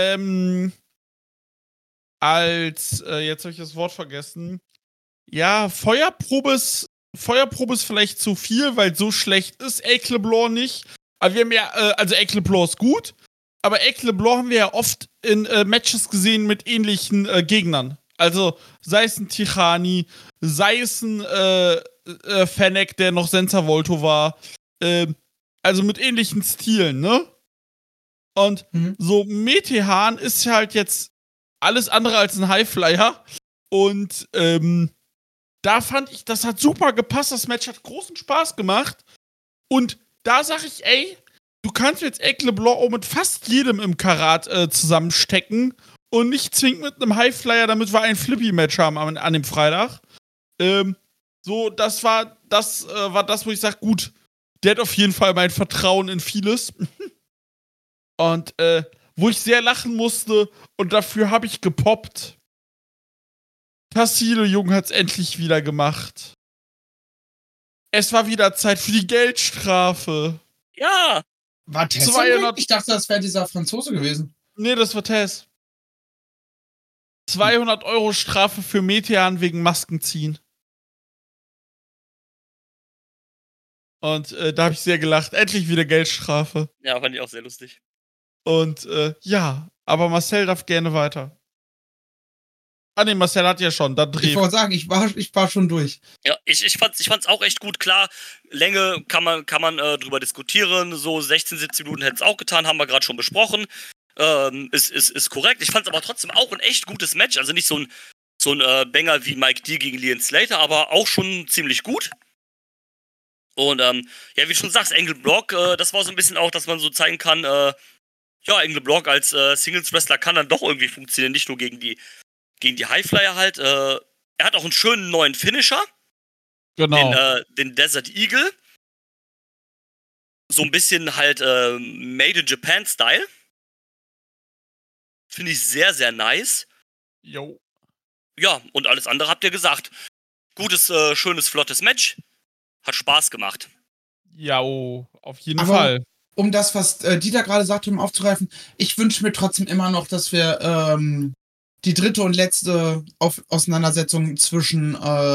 jetzt habe ich das Wort vergessen. Ja, Feuerprobe ist vielleicht zu viel, weil so schlecht ist Aigle Blanc nicht. Aber wir haben ja, also Aigle Blanc ist gut, aber Aigle Blanc haben wir ja oft in Matches gesehen mit ähnlichen Gegnern. Also sei es ein Tichani, sei es ein Fennec, der noch Senza Volto war. Also mit ähnlichen Stilen, ne? Und so Metehan ist halt jetzt alles andere als ein Highflyer. Und da fand ich, das hat super gepasst. Das Match hat großen Spaß gemacht. Und da sag ich, ey, du kannst jetzt Aigle Blanc auch mit fast jedem im Karat zusammenstecken und nicht zwingend mit einem Highflyer, damit wir ein Flippy-Match haben an dem Freitag. Das war das, wo ich sag, gut, der hat auf jeden Fall mein Vertrauen in vieles. Und wo ich sehr lachen musste und dafür habe ich gepoppt. Tassilo Jung hat's endlich wieder gemacht. Es war wieder Zeit für die Geldstrafe. Ja! War Tess? Ich dachte, das wäre dieser Franzose gewesen. Nee, das war Tess. 200 € Strafe für Metehan wegen Maskenziehen. Und da habe ich sehr gelacht. Endlich wieder Geldstrafe. Ja, fand ich auch sehr lustig. Und ja, aber Marcel darf gerne weiter. Ah ne, Marcel hat ja schon. Ich wollte sagen, ich war schon durch. Ja, ich fand's auch echt gut. Klar, Länge kann man drüber diskutieren. So 16, 17 Minuten hätte es auch getan, haben wir gerade schon besprochen. Ist korrekt. Ich fand's aber trotzdem auch ein echt gutes Match. Also nicht so ein Banger wie Mike D gegen Leon Slater, aber auch schon ziemlich gut. Und ja, wie du schon sagst, Aigle Blanc, das war so ein bisschen auch, dass man so zeigen kann, ja, Aigle Blanc als Singles-Wrestler kann dann doch irgendwie funktionieren, nicht nur gegen die Highflyer halt. Er hat auch einen schönen neuen Finisher. Genau. Den Desert Eagle. So ein bisschen halt Made in Japan-Style. Finde ich sehr, sehr nice. Jo. Ja, und alles andere habt ihr gesagt. Gutes, schönes, flottes Match. Hat Spaß gemacht. Ja, auf jeden Fall. Um das, was Dieter gerade sagte, um aufzugreifen, ich wünsche mir trotzdem immer noch, dass wir die dritte und letzte Auseinandersetzung zwischen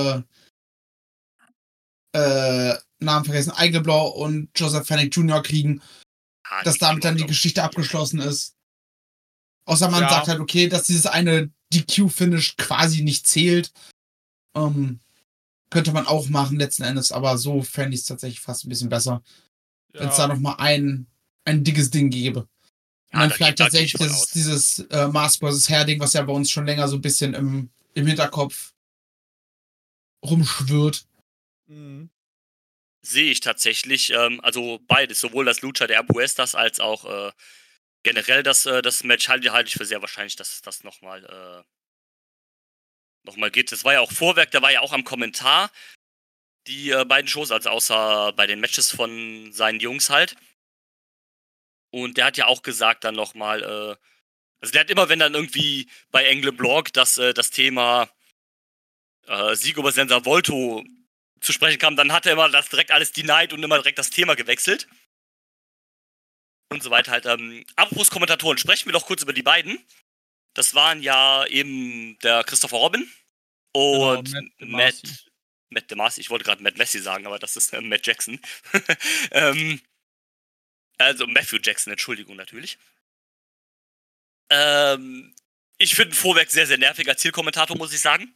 Namen vergessen, Aigle Blanc und Joseph Fennec Jr. kriegen, dass damit dann die Geschichte abgeschlossen ist. Außer man sagt halt, okay, dass dieses eine DQ-Finish quasi nicht zählt. Könnte man auch machen letzten Endes, aber so fände ich es tatsächlich fast ein bisschen besser. Ja. Wenn es da nochmal ein dickes Ding gäbe. Ja, und dann vielleicht tatsächlich dieses Mask vs. Hair-Ding, was ja bei uns schon länger so ein bisschen im Hinterkopf rumschwirrt. Mhm. sehe ich tatsächlich. Also beides, sowohl das Lucha der Apuestas als auch generell das Match halte ich für sehr wahrscheinlich, dass das nochmal geht. Das war ja auch Vorwerk, der war ja auch am Kommentar, die beiden Shows, also außer bei den Matches von seinen Jungs halt. Und der hat ja auch gesagt dann nochmal, also der hat immer, wenn dann irgendwie bei Engle Blog das Thema Sieg über Senza Volto zu sprechen kam, dann hat er immer das direkt alles denied und immer direkt das Thema gewechselt. Und so weiter halt. Apropos Kommentatoren, sprechen wir doch kurz über die beiden. Das waren ja eben der Christopher Robin und Matt DeMasi. Ich wollte gerade Matt Messi sagen, aber das ist Matt Jackson. Also Matthew Jackson, Entschuldigung natürlich. Ich finde Vorwerk sehr, sehr nervig als Zielkommentator, muss ich sagen.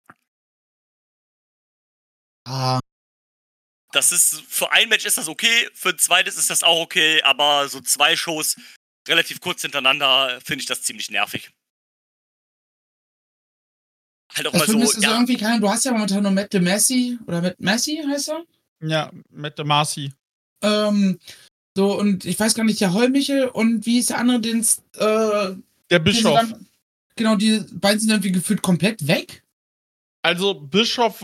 Das ist, für ein Match ist das okay, für ein zweites ist das auch okay, aber so 2 Shows relativ kurz hintereinander finde ich das ziemlich nervig. Halt auch Das mal Problem so, ist irgendwie kein, du hast ja momentan nur Matt DeMasi, oder Matt Messi heißt er? Ja, Matt DeMasi. So, und ich weiß gar nicht, der Heulmichel und wie ist der andere, Der Bischof. Genau, die beiden sind irgendwie gefühlt komplett weg. Also, Bischof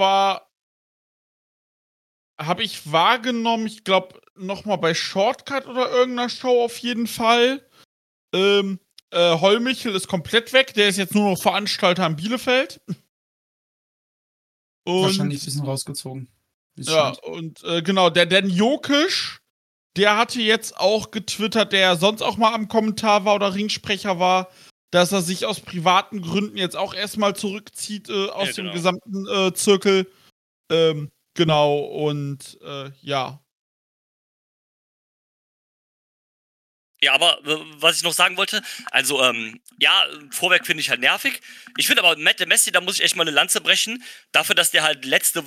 habe ich wahrgenommen, ich glaube, nochmal bei Shortcut oder irgendeiner Show auf jeden Fall. Heulmichel ist komplett weg, der ist jetzt nur noch Veranstalter in Bielefeld. Und, wahrscheinlich ein bisschen rausgezogen. Ja, und genau, der Dan Jokic, der hatte jetzt auch getwittert, der sonst auch mal am Kommentar war oder Ringsprecher war, dass er sich aus privaten Gründen jetzt auch erstmal zurückzieht aus dem gesamten Zirkel. Genau, und ja. Ja, aber was ich noch sagen wollte, also, ja, Vorwerk finde ich halt nervig. Ich finde aber Matt DeMasi, da muss ich echt mal eine Lanze brechen, dafür, dass der halt letztes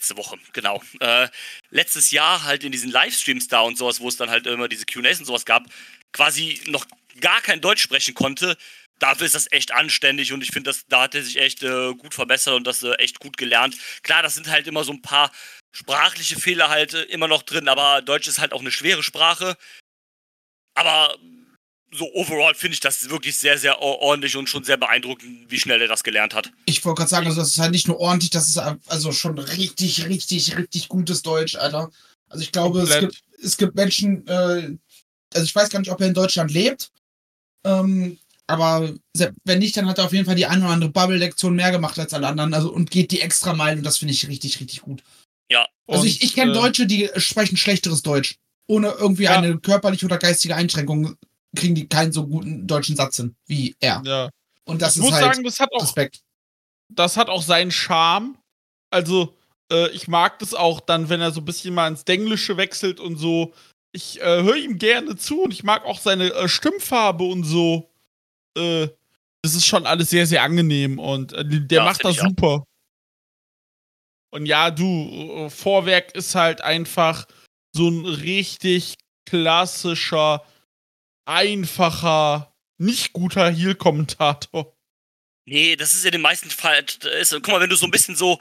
Jahr halt in diesen Livestreams da und sowas, wo es dann halt immer diese Q&As und sowas gab, quasi noch gar kein Deutsch sprechen konnte. Dafür ist das echt anständig und ich finde, da hat er sich echt gut verbessert und das echt gut gelernt. Klar, das sind halt immer so ein paar sprachliche Fehler halt immer noch drin, aber Deutsch ist halt auch eine schwere Sprache. Aber so overall finde ich das wirklich sehr, sehr ordentlich und schon sehr beeindruckend, wie schnell er das gelernt hat. Ich wollte gerade sagen, also das ist halt nicht nur ordentlich, das ist also schon richtig, richtig, richtig gutes Deutsch, Alter. Also ich glaube, es gibt Menschen, also ich weiß gar nicht, ob er in Deutschland lebt, aber wenn nicht, dann hat er auf jeden Fall die eine oder andere Bubble-Lektion mehr gemacht als alle anderen, also und geht die extra Meilen und das finde ich richtig, richtig gut. Ja. Also ich kenne Deutsche, die sprechen schlechteres Deutsch. Ohne irgendwie eine körperliche oder geistige Einschränkung kriegen die keinen so guten deutschen Satz hin wie er. Ja. Und das ich ist muss halt sagen, Respekt. Das hat auch seinen Charme. Also, ich mag das auch dann, wenn er so ein bisschen mal ins Denglische wechselt und so. Ich höre ihm gerne zu und ich mag auch seine Stimmfarbe und so. Das ist schon alles sehr, sehr angenehm und der macht das super. Und ja, Vorwerk ist halt einfach so ein richtig klassischer, einfacher, nicht guter Heel-Kommentator. Nee, das ist in den meisten Fällen. Guck mal, wenn du so ein bisschen so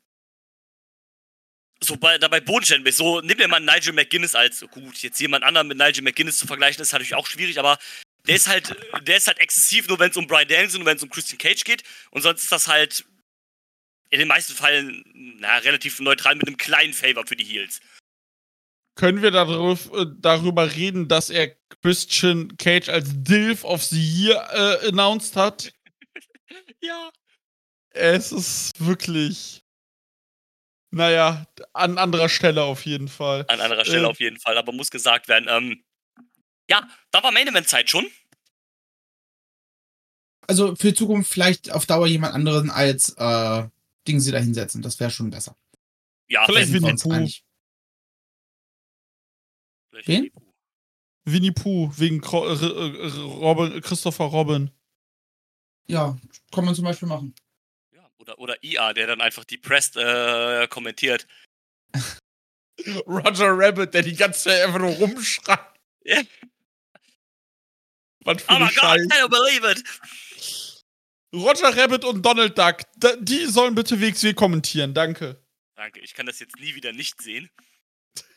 dabei bodenständig bist, so nimm dir mal Nigel McGuinness als, gut, jetzt jemand anderen mit Nigel McGuinness zu vergleichen, ist natürlich auch schwierig, aber der ist halt exzessiv, nur wenn es um Bryan Danielson und wenn es um Christian Cage geht. Und sonst ist das halt in den meisten Fällen relativ neutral mit einem kleinen Favor für die Heels. Können wir darüber reden, dass er Christian Cage als Dilf of the Year announced hat? Ja. Es ist wirklich. Naja, an anderer Stelle auf jeden Fall. An anderer Stelle auf jeden Fall, aber muss gesagt werden. Ja, da war Main Event Zeit schon. Also für die Zukunft vielleicht auf Dauer jemand anderen als Dinge sie da hinsetzen. Das wäre schon besser. Ja, vielleicht Winnie Pooh. Wen? Winnie Pooh, wegen Christopher Robin. Ja, kann man zum Beispiel machen. Ja, oder IA, der dann einfach die Press kommentiert. Roger Rabbit, der die ganze Zeit einfach nur rumschreit. Yeah. Was für oh my God, I can't believe it. Roger Rabbit und Donald Duck, die sollen bitte WXW kommentieren, danke. Danke, ich kann das jetzt nie wieder nicht sehen.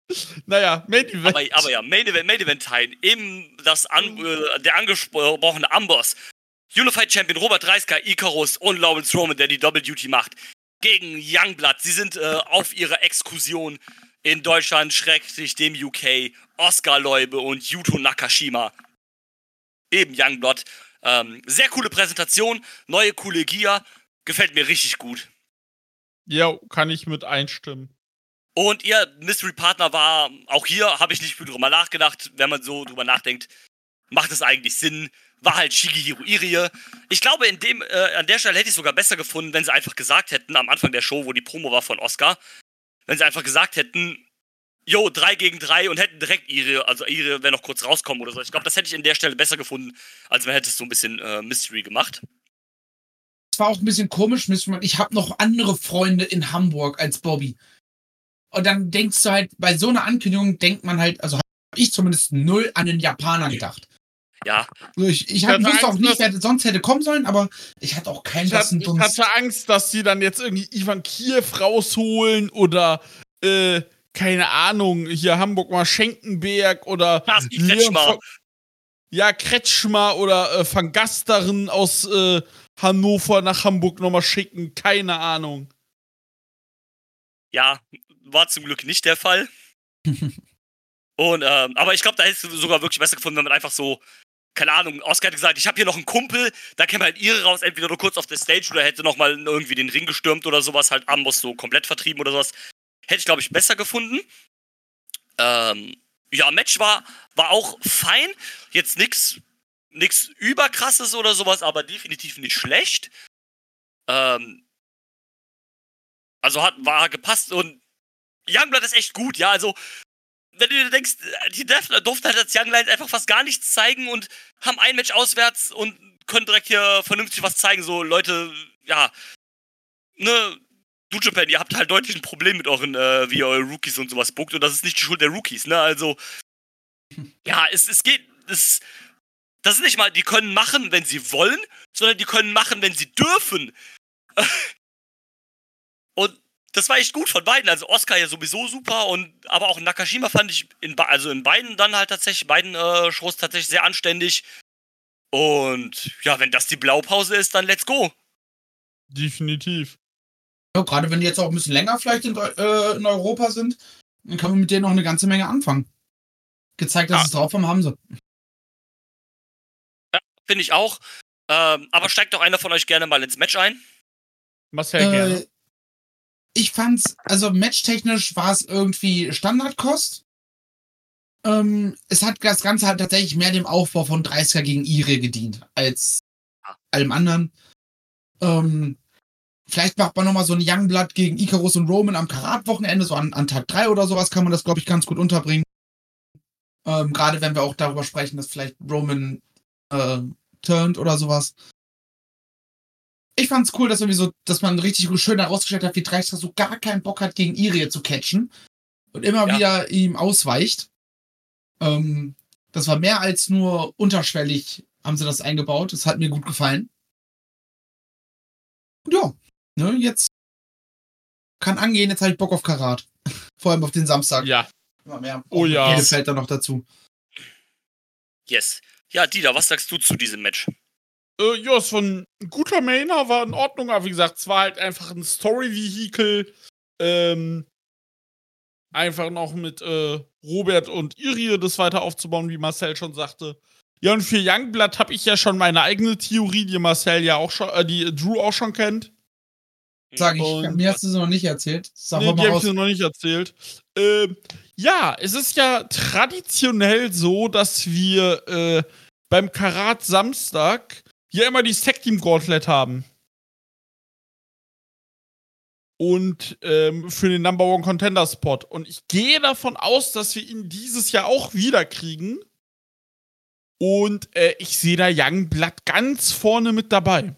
Naja, Main Event. Aber ja, Main Event Time. Eben der angesprochene Amboss. Unified Champion Robert Dreisker, Icarus und Lawrence Roman, der die Double Duty macht. Gegen Youngblood. Sie sind auf ihrer Exkursion in Deutschland, schrägstrich dem UK. Oscar Leube und Yuto Nakashima. Eben Youngblood. Sehr coole Präsentation. Neue coole Gear. Gefällt mir richtig gut. Ja, kann ich mit einstimmen. Und ihr Mystery Partner war, auch hier habe ich nicht viel drüber nachgedacht, wenn man so drüber nachdenkt, macht es eigentlich Sinn, war halt Shigehiro Irie. Ich glaube, an der Stelle hätte ich es sogar besser gefunden, wenn sie einfach gesagt hätten, am Anfang der Show, wo die Promo war von Oscar, wenn sie einfach gesagt hätten, 3 gegen 3 und hätten direkt Irie wäre noch kurz rauskommen oder so. Ich glaube, das hätte ich an der Stelle besser gefunden, als man hätte es so ein bisschen Mystery gemacht. Es war auch ein bisschen komisch, ich habe noch andere Freunde in Hamburg als Bobby. Und dann denkst du halt, bei so einer Ankündigung denkt man halt, also habe ich zumindest null an den Japaner gedacht. Ja. Also ich wusste auch nicht, wer sonst hätte kommen sollen, aber ich hatte auch keinen Ich hatte Angst, dass sie dann jetzt irgendwie Ivan Kiew rausholen oder, keine Ahnung, hier Hamburg mal Schenkenberg oder Kretschmer. Ja, Kretschmer oder Van Gasteren aus Hannover nach Hamburg nochmal schicken, keine Ahnung. Ja, war zum Glück nicht der Fall. Und, aber ich glaube, da hättest du sogar wirklich besser gefunden, wenn man einfach so, keine Ahnung, Oscar hätte gesagt, ich habe hier noch einen Kumpel, da käme halt Ihre raus, entweder nur kurz auf der Stage oder hätte nochmal irgendwie den Ring gestürmt oder sowas, halt Amboss so komplett vertrieben oder sowas. Hätte ich, glaube ich, besser gefunden. Ja, Match war auch fein. Jetzt nix überkrasses oder sowas, aber definitiv nicht schlecht. Also war gepasst und Youngblood ist echt gut, ja, also wenn du dir denkst, die durften halt als Young Lions einfach fast gar nichts zeigen und haben ein Match auswärts und können direkt hier vernünftig was zeigen, so Leute, ja, ne, New Japan, ihr habt halt deutlich ein Problem mit euren, wie ihr eure Rookies und sowas bookt und das ist nicht die Schuld der Rookies, ne, also, ja, das ist nicht mal, die können machen, wenn sie wollen, sondern die können machen, wenn sie dürfen. Und das war echt gut von beiden. Also Oscar ja sowieso super aber auch Nakashima fand ich in beiden dann halt tatsächlich, Shows tatsächlich sehr anständig. Und ja, wenn das die Blaupause ist, dann let's go. Definitiv. Ja, gerade wenn die jetzt auch ein bisschen länger vielleicht in Europa sind, dann kann man mit denen noch eine ganze Menge anfangen. Gezeigt, dass es drauf haben sie. Ja, finde ich auch. Aber steigt doch einer von euch gerne mal ins Match ein. Marcel gerne. Ich fand's, also matchtechnisch war es irgendwie Standardkost. Es hat das Ganze halt tatsächlich mehr dem Aufbau von 30er gegen Irie gedient, als allem anderen. Vielleicht macht man nochmal so ein Youngblood gegen Icarus und Roman am Karat-Wochenende, so an Tag 3 oder sowas kann man das, glaube ich, ganz gut unterbringen. Gerade wenn wir auch darüber sprechen, dass vielleicht Roman turnt oder sowas. Ich fand's cool, dass man richtig schön herausgestellt hat, wie Dreisker so gar keinen Bock hat, gegen Irie zu catchen und immer wieder ihm ausweicht. Das war mehr als nur unterschwellig, haben sie das eingebaut. Das hat mir gut gefallen. Und ja, ne, jetzt kann angehen, jetzt habe ich Bock auf Karat. Vor allem auf den Samstag. Ja. Immer mehr. Oh ja. Jede fällt da noch dazu. Yes. Ja, Dieter, was sagst du zu diesem Match? Ja, es war ein guter Mainer, war in Ordnung, aber wie gesagt, es war halt einfach ein Story-Vehikel. Einfach noch mit Robert und Irie das weiter aufzubauen, wie Marcel schon sagte. Ja, und für Youngblood habe ich ja schon meine eigene Theorie, die Marcel ja auch schon, die Drew auch schon kennt. Sag ich, mir hast du sie noch nicht erzählt. Die habe ich dir noch nicht erzählt. Ja, es ist ja traditionell so, dass wir beim Karat Samstag ja immer die Tag Team Gauntlet haben. Und für den Number One Contender Spot. Und ich gehe davon aus, dass wir ihn dieses Jahr auch wieder kriegen. Und ich sehe da Youngblood ganz vorne mit dabei.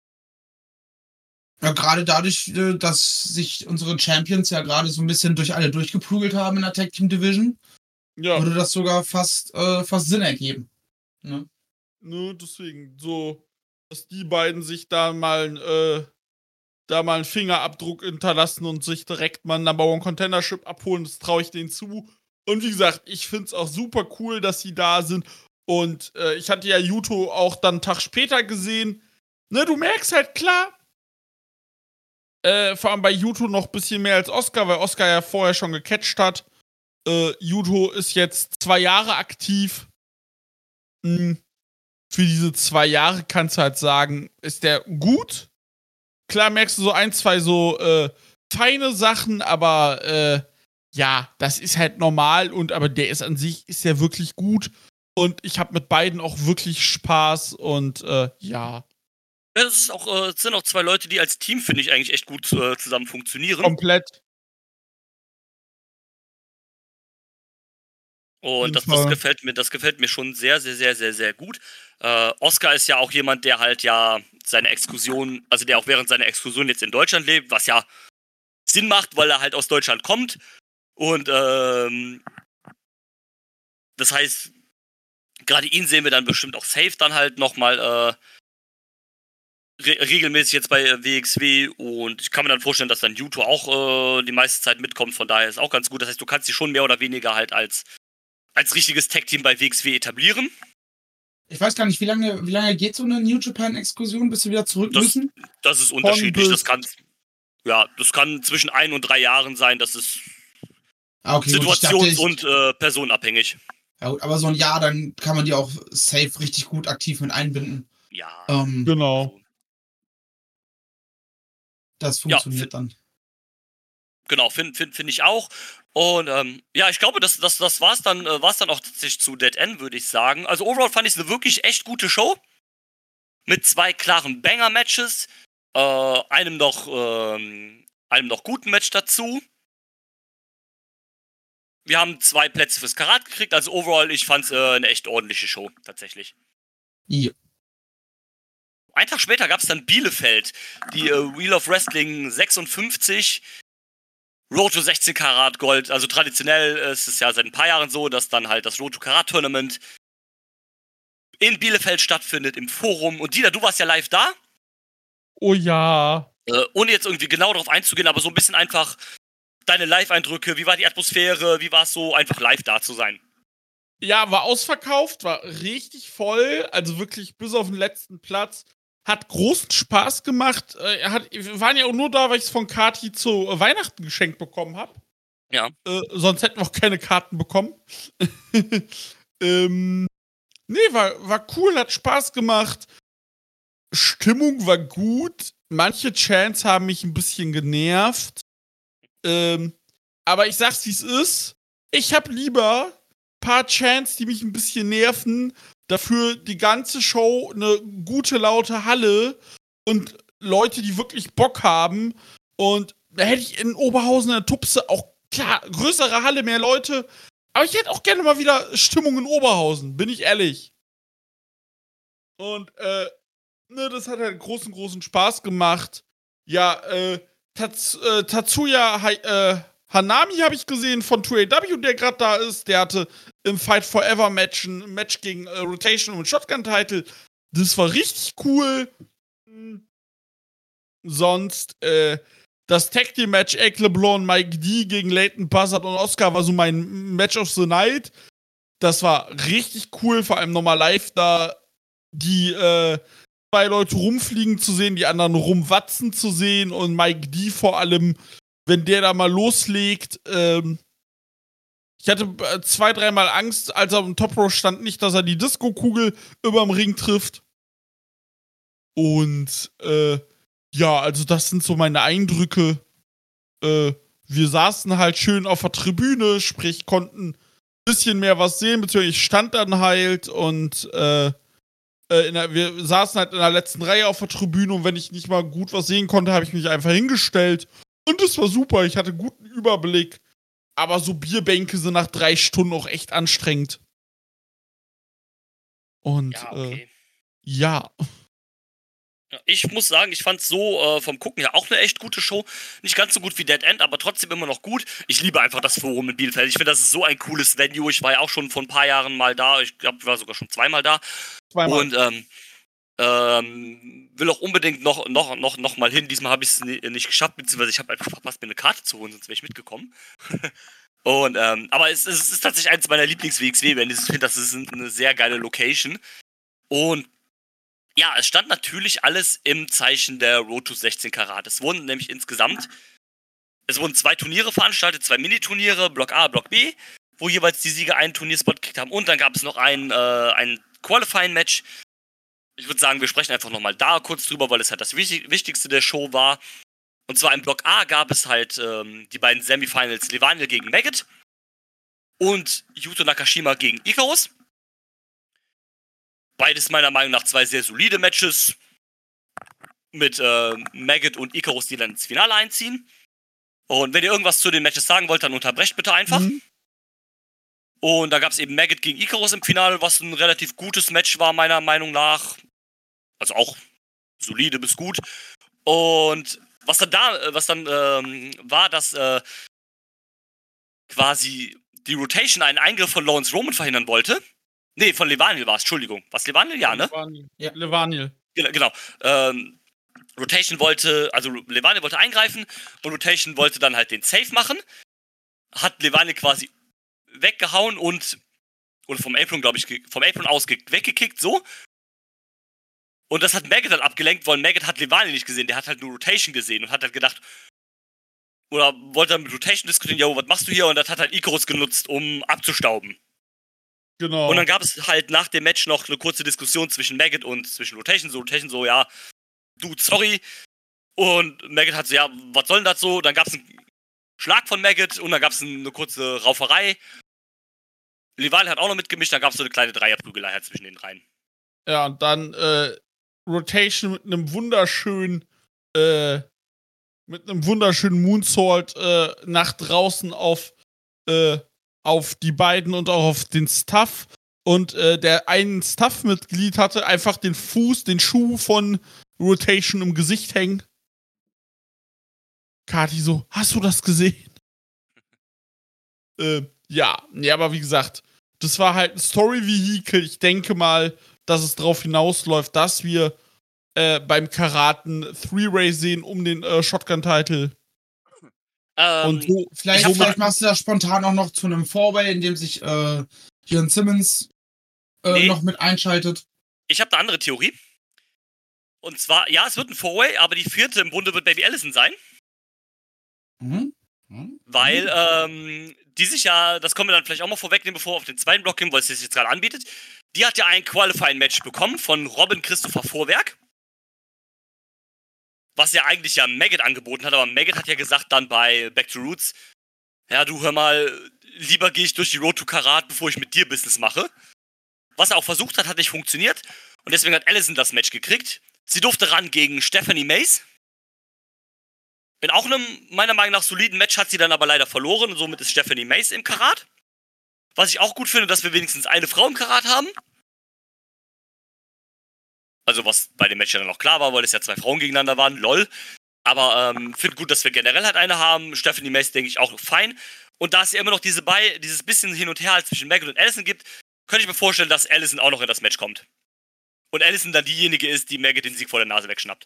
Ja, gerade dadurch, dass sich unsere Champions ja gerade so ein bisschen durch alle durchgeprügelt haben in der Tag Team Division, würde das sogar fast Sinn ergeben. Ne? Ne, deswegen, so, dass die beiden sich da mal einen Fingerabdruck hinterlassen und sich direkt mal ein Number One Contendership abholen, das traue ich denen zu. Und wie gesagt, ich finde es auch super cool, dass sie da sind. Und ich hatte ja Yuto auch dann einen Tag später gesehen. Ne, du merkst halt klar, vor allem bei Yuto noch ein bisschen mehr als Oscar, weil Oscar ja vorher schon gecatcht hat. Yuto ist jetzt 2 Jahre aktiv. Für diese 2 Jahre kannst du halt sagen, ist der gut. Klar merkst du so 1, 2 so feine Sachen, aber ja, das ist halt normal aber der ist an sich, ist ja wirklich gut und ich habe mit beiden auch wirklich Spaß und ja. Ja, das ist auch, es sind auch 2 Leute, die als Team, finde ich, eigentlich echt gut zusammen funktionieren. Komplett. Und das gefällt mir schon sehr, sehr, sehr, sehr, sehr gut. Oscar ist ja auch jemand, der halt ja seine Exkursion, also der auch während seiner Exkursion jetzt in Deutschland lebt, was ja Sinn macht, weil er halt aus Deutschland kommt. Und das heißt, gerade ihn sehen wir dann bestimmt auch safe dann halt nochmal regelmäßig jetzt bei WXW. Und ich kann mir dann vorstellen, dass dann Yuto auch die meiste Zeit mitkommt. Von daher ist auch ganz gut. Das heißt, du kannst dich schon mehr oder weniger halt als richtiges Tag-Team bei WXW etablieren. Ich weiß gar nicht, wie lange geht so eine New Japan-Exkursion, bis wir wieder zurück müssen? Das ist unterschiedlich. Das kann zwischen 1 und 3 Jahren sein. Das ist okay, situations- und personenabhängig. Ja gut, aber so ein Jahr, dann kann man die auch safe richtig gut aktiv mit einbinden. Ja. Genau. Das funktioniert dann. Genau, finde ich auch. Und ja, ich glaube, das war's dann auch tatsächlich zu Dead End, würde ich sagen. Also overall fand ich es eine wirklich echt gute Show. Mit 2 klaren Banger-Matches. Einem noch guten Match dazu. Wir haben 2 Plätze fürs Karat gekriegt. Also overall, ich fand's eine echt ordentliche Show, tatsächlich. Ja. Einen Tag später gab es dann Bielefeld. Die Wheel of Wrestling 56. Road to 16 Karat Gold. Also traditionell ist es ja seit ein paar Jahren so, dass dann halt das Road to Karat Tournament in Bielefeld stattfindet, im Forum. Und Dieter, du warst ja live da. Oh ja. Ohne jetzt irgendwie genau darauf einzugehen, aber so ein bisschen einfach deine Live-Eindrücke. Wie war die Atmosphäre? Wie war es so, einfach live da zu sein? Ja, war ausverkauft, war richtig voll. Also wirklich bis auf den letzten Platz. Hat großen Spaß gemacht. Wir waren ja auch nur da, weil ich es von Kati zu Weihnachten geschenkt bekommen habe. Ja. Sonst hätten wir auch keine Karten bekommen. Nee, war cool, hat Spaß gemacht. Stimmung war gut. Manche Chants haben mich ein bisschen genervt. Aber ich sag's, wie es ist. Ich hab lieber ein paar Chants, die mich ein bisschen nerven. Dafür die ganze Show eine gute, laute Halle und Leute, die wirklich Bock haben. Und da hätte ich in Oberhausen in der Tupse auch, klar, größere Halle, mehr Leute. Aber ich hätte auch gerne mal wieder Stimmung in Oberhausen, bin ich ehrlich. Und, das hat halt großen Spaß gemacht. Ja, Tatsuya Hanami habe ich gesehen von 2AW, der gerade da ist. Der hatte im Fight Forever Match ein Match gegen Rotation und Shotgun-Title. Das war richtig cool. Sonst, das Tag Team Match Ek LeBlanc, Mike D gegen Leighton Buzzard und Oscar war so mein Match of the Night. Das war richtig cool, vor allem nochmal live da die 2 Leute rumfliegen zu sehen, die anderen rumwatzen zu sehen und Mike D vor allem, wenn der da mal loslegt. Ich hatte 2, 3 Mal Angst, als er im Top Row stand, nicht, dass er die Disco-Kugel überm Ring trifft. Und ja, also das sind so meine Eindrücke. Wir saßen halt schön auf der Tribüne, sprich konnten ein bisschen mehr was sehen, beziehungsweise ich stand dann halt und wir saßen halt in der letzten Reihe auf der Tribüne und wenn ich nicht mal gut was sehen konnte, habe ich mich einfach hingestellt. Und das war super, ich hatte guten Überblick. Aber so Bierbänke sind nach 3 Stunden auch echt anstrengend. Und, ja, okay. Ja. Ich muss sagen, ich fand so vom Gucken her auch eine echt gute Show. Nicht ganz so gut wie Dead End, aber trotzdem immer noch gut. Ich liebe einfach das Forum in Bielefeld. Ich finde, das ist so ein cooles Venue. Ich war ja auch schon vor ein paar Jahren mal da. Ich glaube, ich war sogar schon 2-mal da. Und will auch unbedingt noch mal hin. Diesmal habe ich es nicht geschafft, beziehungsweise ich habe einfach verpasst, mir eine Karte zu holen, sonst wäre ich mitgekommen. Und, aber es ist tatsächlich eines meiner Lieblings-WXW-Events. Ich finde, das ist eine sehr geile Location. Und ja, es stand natürlich alles im Zeichen der Road to 16 Karat. Es wurden nämlich insgesamt 2 Turniere veranstaltet, 2 Mini-Turniere, Block A, Block B, wo jeweils die Sieger einen Turnierspot gekriegt haben. Und dann gab es noch ein Qualifying-Match. Ich würde sagen, wir sprechen einfach nochmal da kurz drüber, weil es halt das Wichtigste der Show war. Und zwar im Block A gab es halt die beiden Semifinals Levaniel gegen Maggot und Yuto Nakashima gegen Icarus. Beides meiner Meinung nach 2 sehr solide Matches mit Maggot und Icarus, die dann ins Finale einziehen. Und wenn ihr irgendwas zu den Matches sagen wollt, dann unterbrecht bitte einfach. Und da gab es eben Maggot gegen Icarus im Finale, was ein relativ gutes Match war, meiner Meinung nach. Also auch solide bis gut. Und was dann war, dass quasi die Rotation einen Eingriff von Lawrence Roman verhindern wollte. Nee, von Levaniel war es, Entschuldigung. Was Levaniel? Ja, ne? Ja, Levaniel. Genau. Rotation Levaniel wollte eingreifen und Rotation wollte dann halt den Save machen. Hat Levaniel quasi weggehauen oder vom Apron, glaube ich, vom Apron aus weggekickt, so. Und das hat Maggot dann abgelenkt, weil Maggot hat Levaniel nicht gesehen, der hat halt nur Rotation gesehen und hat halt gedacht, oder wollte dann mit Rotation diskutieren, ja, was machst du hier? Und das hat halt Icarus genutzt, um abzustauben. Genau. Und dann gab es halt nach dem Match noch eine kurze Diskussion zwischen Maggot und zwischen Rotation. So, Rotation so, ja, Dude, sorry. Und Maggot hat so, ja, was soll denn das so? Dann gab es einen Schlag von Maggot und dann gab es eine kurze Rauferei. Levaniel hat auch noch mitgemischt, dann gab es so eine kleine Dreierprügelei halt zwischen den dreien. Ja, und dann Rotation mit einem wunderschönen Moonsault nach draußen auf die beiden und auch auf den Staff. Und der ein Staff-Mitglied hatte einfach den Schuh von Rotation im Gesicht hängen. Kati so, hast du das gesehen? Ja, aber wie gesagt, das war halt ein Story-Vehikel. Ich denke mal, dass es darauf hinausläuft, dass wir beim Karaten 3-Way sehen um den Shotgun-Title. Und so, vielleicht machst du das spontan auch noch zu einem 4-Way, in dem sich Jörn Simmons noch mit einschaltet. Ich habe eine andere Theorie. Und zwar, ja, es wird ein 4-Way, aber die 4. im Bunde wird Baby Allison sein. Weil die sich ja, das können wir dann vielleicht auch mal vorwegnehmen, bevor wir auf den zweiten Block gehen, weil es sich jetzt gerade anbietet. Die hat ja ein Qualifying-Match bekommen von Robin Christopher Vorwerk. Was ja eigentlich ja Maggot angeboten hat, aber Maggot hat ja gesagt dann bei Back to Roots, ja, du hör mal, lieber gehe ich durch die Road to Karat, bevor ich mit dir Business mache. Was er auch versucht hat nicht funktioniert. Und deswegen hat Allison das Match gekriegt. Sie durfte ran gegen Stephanie Mace. In auch einem, meiner Meinung nach, soliden Match hat sie dann aber leider verloren. Und somit ist Stephanie Mace im Karat. Was ich auch gut finde, dass wir wenigstens eine Frau im Karat haben. Also was bei dem Match ja dann auch klar war, weil es ja 2 Frauen gegeneinander waren. Lol. Aber finde gut, dass wir generell halt eine haben. Stephanie Mace denke ich auch fein. Und da es ja immer noch dieses bisschen hin und her halt zwischen Maggot und Allison gibt, könnte ich mir vorstellen, dass Allison auch noch in das Match kommt. Und Allison dann diejenige ist, die Maggot den Sieg vor der Nase wegschnappt.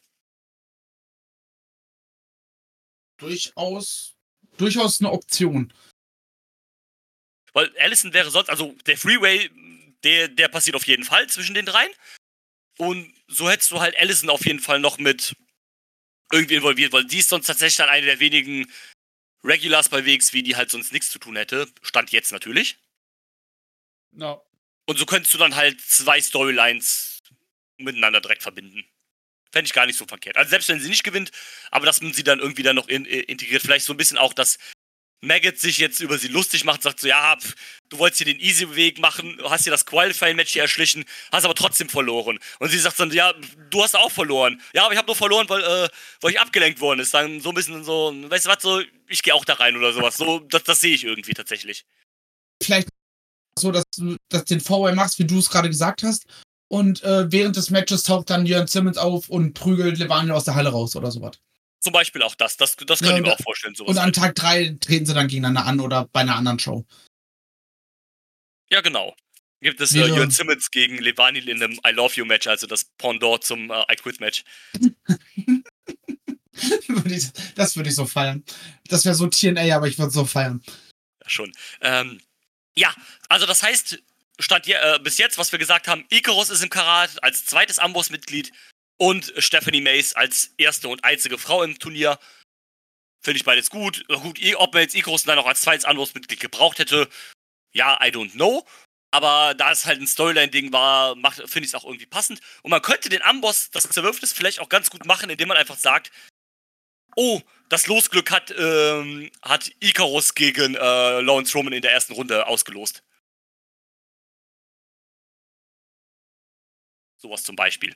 Durchaus eine Option. Weil Allison wäre sonst, also der Freeway, der passiert auf jeden Fall zwischen den dreien. Und so hättest du halt Allison auf jeden Fall noch mit irgendwie involviert, weil die ist sonst tatsächlich dann eine der wenigen Regulars bei WXW, die halt sonst nichts zu tun hätte. Stand jetzt natürlich. No. Und so könntest du dann halt 2 Storylines miteinander direkt verbinden. Fände ich gar nicht so verkehrt. Also selbst wenn sie nicht gewinnt, aber dass man sie dann irgendwie dann noch integriert. Vielleicht so ein bisschen auch, dass Maggot sich jetzt über sie lustig macht, sagt so, ja, du wolltest hier den Easy-Weg machen, hast hier das Qualifying-Match hier erschlichen, hast aber trotzdem verloren. Und sie sagt dann, ja, du hast auch verloren. Ja, aber ich habe nur verloren, weil ich abgelenkt worden ist. Dann so ein bisschen so, weißt du was, so, ich gehe auch da rein oder sowas. So, das sehe ich irgendwie tatsächlich. Vielleicht so, dass du den V-Way machst, wie du es gerade gesagt hast. Und während des Matches taucht dann Jörn Simmons auf und prügelt Levaniel aus der Halle raus oder sowas. Zum Beispiel auch das. Das könnte ich mir auch vorstellen. Sowas und an Tag 3 treten sie dann gegeneinander an oder bei einer anderen Show. Ja, genau. Gibt es Jörn Simmons gegen Levaniel in einem I Love You Match, also das Pendant zum I Quit Match. Das würde ich so feiern. Das wäre so TNA, aber ich würde es so feiern. Ja, schon. Ja, also das heißt, stand bis jetzt, was wir gesagt haben, Ikaros ist im Karat als zweites Amboss-Mitglied und Stephanie Mace als erste und einzige Frau im Turnier. Finde ich beides gut. Gut, ob man jetzt Ikaros dann auch als zweites Amboss-Mitglied gebraucht hätte, ja, I don't know. Aber da es halt ein Storyline-Ding war, finde ich es auch irgendwie passend. Und man könnte den Amboss, das Zerwürfnis, vielleicht auch ganz gut machen, indem man einfach sagt, oh, das Losglück hat Ikaros gegen Lawrence Roman in der ersten Runde ausgelost. Sowas zum Beispiel.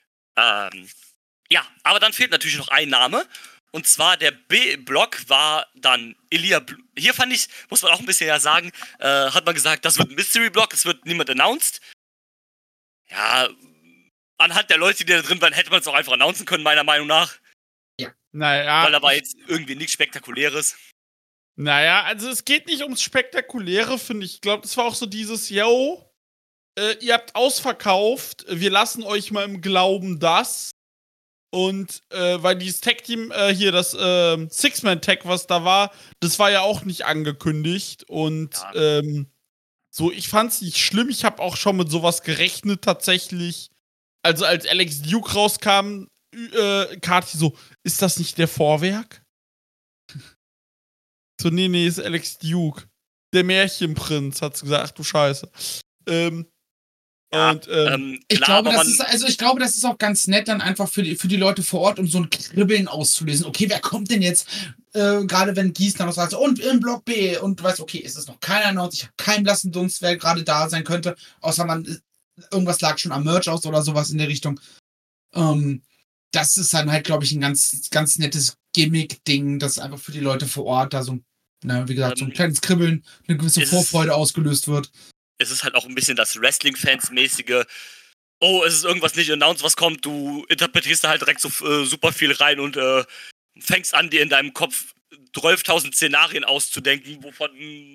Ja, aber dann fehlt natürlich noch ein Name. Und zwar der B-Block war dann Ilya Blum. Hier fand ich, muss man auch ein bisschen ja sagen, hat man gesagt, das wird ein Mystery-Block, es wird niemand announced. Ja, anhand der Leute, die da drin waren, hätte man es auch einfach announcen können, meiner Meinung nach. Ja. Naja. Weil aber jetzt irgendwie nichts Spektakuläres. Naja, also es geht nicht ums Spektakuläre, finde ich. Ich glaube, das war auch so dieses, yo, ihr habt ausverkauft, wir lassen euch mal im Glauben das. Und weil dieses Tag-Team hier, das Six-Man-Tag, was da war, das war ja auch nicht angekündigt. Und ja. so, ich fand's nicht schlimm. Ich habe auch schon mit sowas gerechnet, tatsächlich. Also als Alex Duke rauskam, Kati so, ist das nicht der Vorwerk? So, nee, ist Alex Duke. Der Märchenprinz, hat's gesagt. Ach du Scheiße. Ja, und, ich glaube, das ist auch ganz nett dann einfach für die Leute vor Ort, um so ein Kribbeln auszulösen. Okay, wer kommt denn jetzt? Gerade wenn Gießen dann noch sagt, und im Block B und du weißt, okay, ist es noch keiner announced, ich habe keinen blassen Dunst, wer gerade da sein könnte, außer irgendwas lag schon am Merch aus oder sowas in der Richtung. Das ist dann halt, glaube ich, ein ganz, ganz nettes Gimmick-Ding, das einfach für die Leute vor Ort da so, wie gesagt, so ein kleines Kribbeln, eine gewisse Vorfreude ausgelöst wird. Es ist halt auch ein bisschen das Wrestling-Fans-mäßige, oh, es ist irgendwas nicht announced, was kommt, du interpretierst da halt direkt so super viel rein und fängst an, dir in deinem Kopf 12.000 Szenarien auszudenken, wovon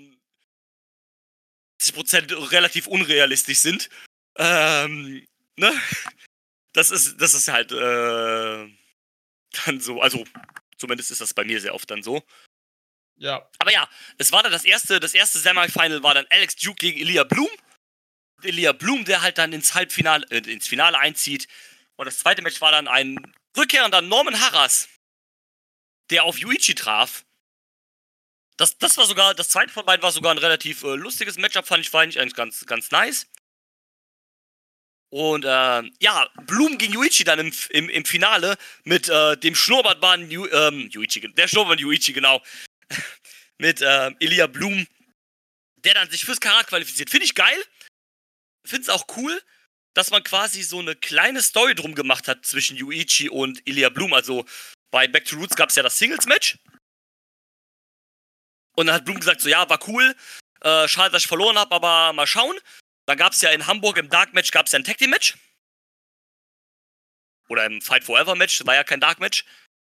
70% relativ unrealistisch sind. Ne? Das ist halt dann so, also zumindest ist das bei mir sehr oft dann so. Ja. Aber ja, es war dann das erste Semifinal war dann Alex Duke gegen Ilya Blum. Ilya Blum, der halt dann ins Finale einzieht. Und das zweite Match war dann ein rückkehrender Norman Harras, der auf Yuichi traf. Das zweite von beiden war sogar ein relativ lustiges Matchup, fand ich eigentlich ganz, ganz nice. Und ja, Blum gegen Yuichi dann im Finale mit dem Schnurrbartbahn Yuichi, genau. Mit Ilya Blum, der dann sich fürs Karat qualifiziert. Finde ich geil. Finde es auch cool, dass man quasi so eine kleine Story drum gemacht hat zwischen Yuichi und Ilya Blum. Also bei Back to Roots gab es ja das Singles-Match. Und dann hat Blum gesagt, so ja, war cool. Schade, dass ich verloren habe, aber mal schauen. Dann gab es ja in Hamburg im Dark-Match gab es ja ein Tag-Team-Match. Oder im Fight Forever-Match, war ja kein Dark-Match.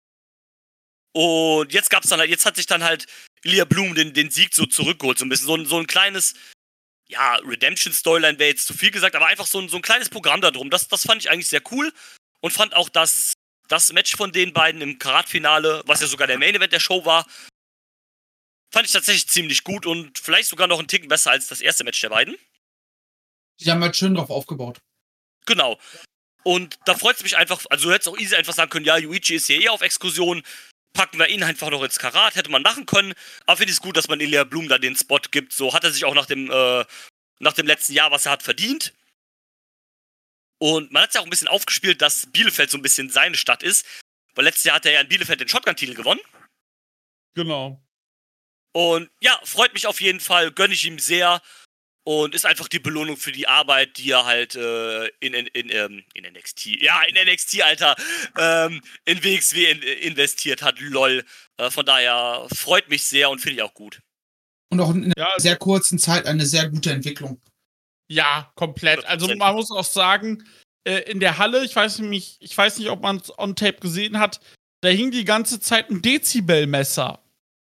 Und jetzt hat sich dann halt Ilya Blum den Sieg so zurückgeholt. So ein bisschen so ein kleines, ja, Redemption-Storyline wäre jetzt zu viel gesagt, aber einfach so ein kleines Programm da drum. Das fand ich eigentlich sehr cool. Und fand auch, dass das Match von den beiden im Karat-Finale, was ja sogar der Main-Event der Show war, fand ich tatsächlich ziemlich gut und vielleicht sogar noch einen Ticken besser als das erste Match der beiden. Die haben halt schön drauf aufgebaut. Genau. Und da freut es mich einfach, also du hättest auch easy einfach sagen können, ja, Yuichi ist hier eh auf Exkursion, packen wir ihn einfach noch ins Karat, hätte man machen können. Aber finde ich es gut, dass man Ilya Blum da den Spot gibt. So hat er sich auch nach dem letzten Jahr, was er hat, verdient. Und man hat es ja auch ein bisschen aufgespielt, dass Bielefeld so ein bisschen seine Stadt ist. Weil letztes Jahr hat er ja in Bielefeld den Shotgun-Titel gewonnen. Genau. Und ja, freut mich auf jeden Fall, gönne ich ihm sehr. Und ist einfach die Belohnung für die Arbeit, die er halt in NXT, Alter, in WXW investiert hat, lol. Von daher freut mich sehr und finde ich auch gut. Und auch in einer sehr kurzen Zeit eine sehr gute Entwicklung. Ja, komplett. 100%. Also man muss auch sagen, in der Halle, ich weiß nicht, ob man es on Tape gesehen hat, da hing die ganze Zeit ein Dezibelmesser.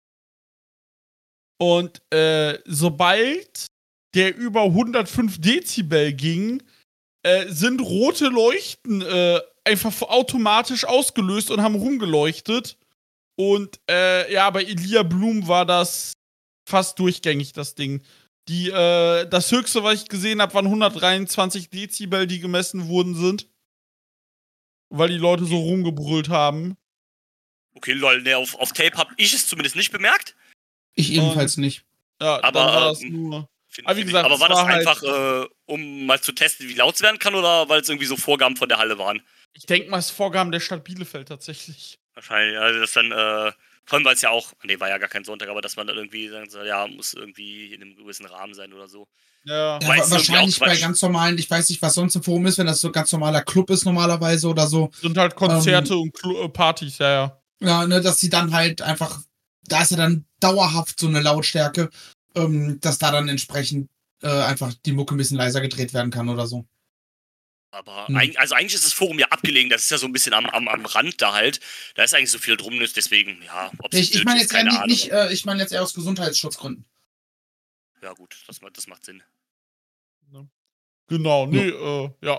Und sobald der über 105 Dezibel ging, sind rote Leuchten einfach automatisch ausgelöst und haben rumgeleuchtet. Und ja, bei Ilya Blum war das fast durchgängig, das Ding. Das höchste, was ich gesehen habe, waren 123 Dezibel, die gemessen wurden sind. Weil die Leute so rumgebrüllt haben. Okay, lol, ne, auf Tape habe ich es zumindest nicht bemerkt. Ich ebenfalls nicht. Ja, aber dann war das nur. Aber wie gesagt, war das einfach, um mal zu testen, wie laut es werden kann, oder weil es irgendwie so Vorgaben von der Halle waren? Ich denke mal, es ist Vorgaben der Stadt Bielefeld tatsächlich. Wahrscheinlich, also das dann, vor allem, weil es ja auch, nee, war ja gar kein Sonntag, aber dass man dann irgendwie sagen soll, ja, muss irgendwie in einem gewissen Rahmen sein oder so. Ja, wahrscheinlich bei ganz normalen, ich weiß nicht, was sonst im Forum ist, wenn das so ganz normaler Club ist normalerweise oder so. Sind halt Konzerte und Partys, ja. Ja, ne, dass sie dann halt einfach, da ist ja dann dauerhaft so eine Lautstärke, dass da dann entsprechend einfach die Mucke ein bisschen leiser gedreht werden kann oder so. Aber eigentlich ist das Forum ja abgelegen, das ist ja so ein bisschen am Rand da halt. Da ist eigentlich so viel drum, deswegen, ja, ob es ich meine jetzt nicht, ich meine jetzt eher aus Gesundheitsschutzgründen. Ja gut, das macht Sinn. Genau, ja.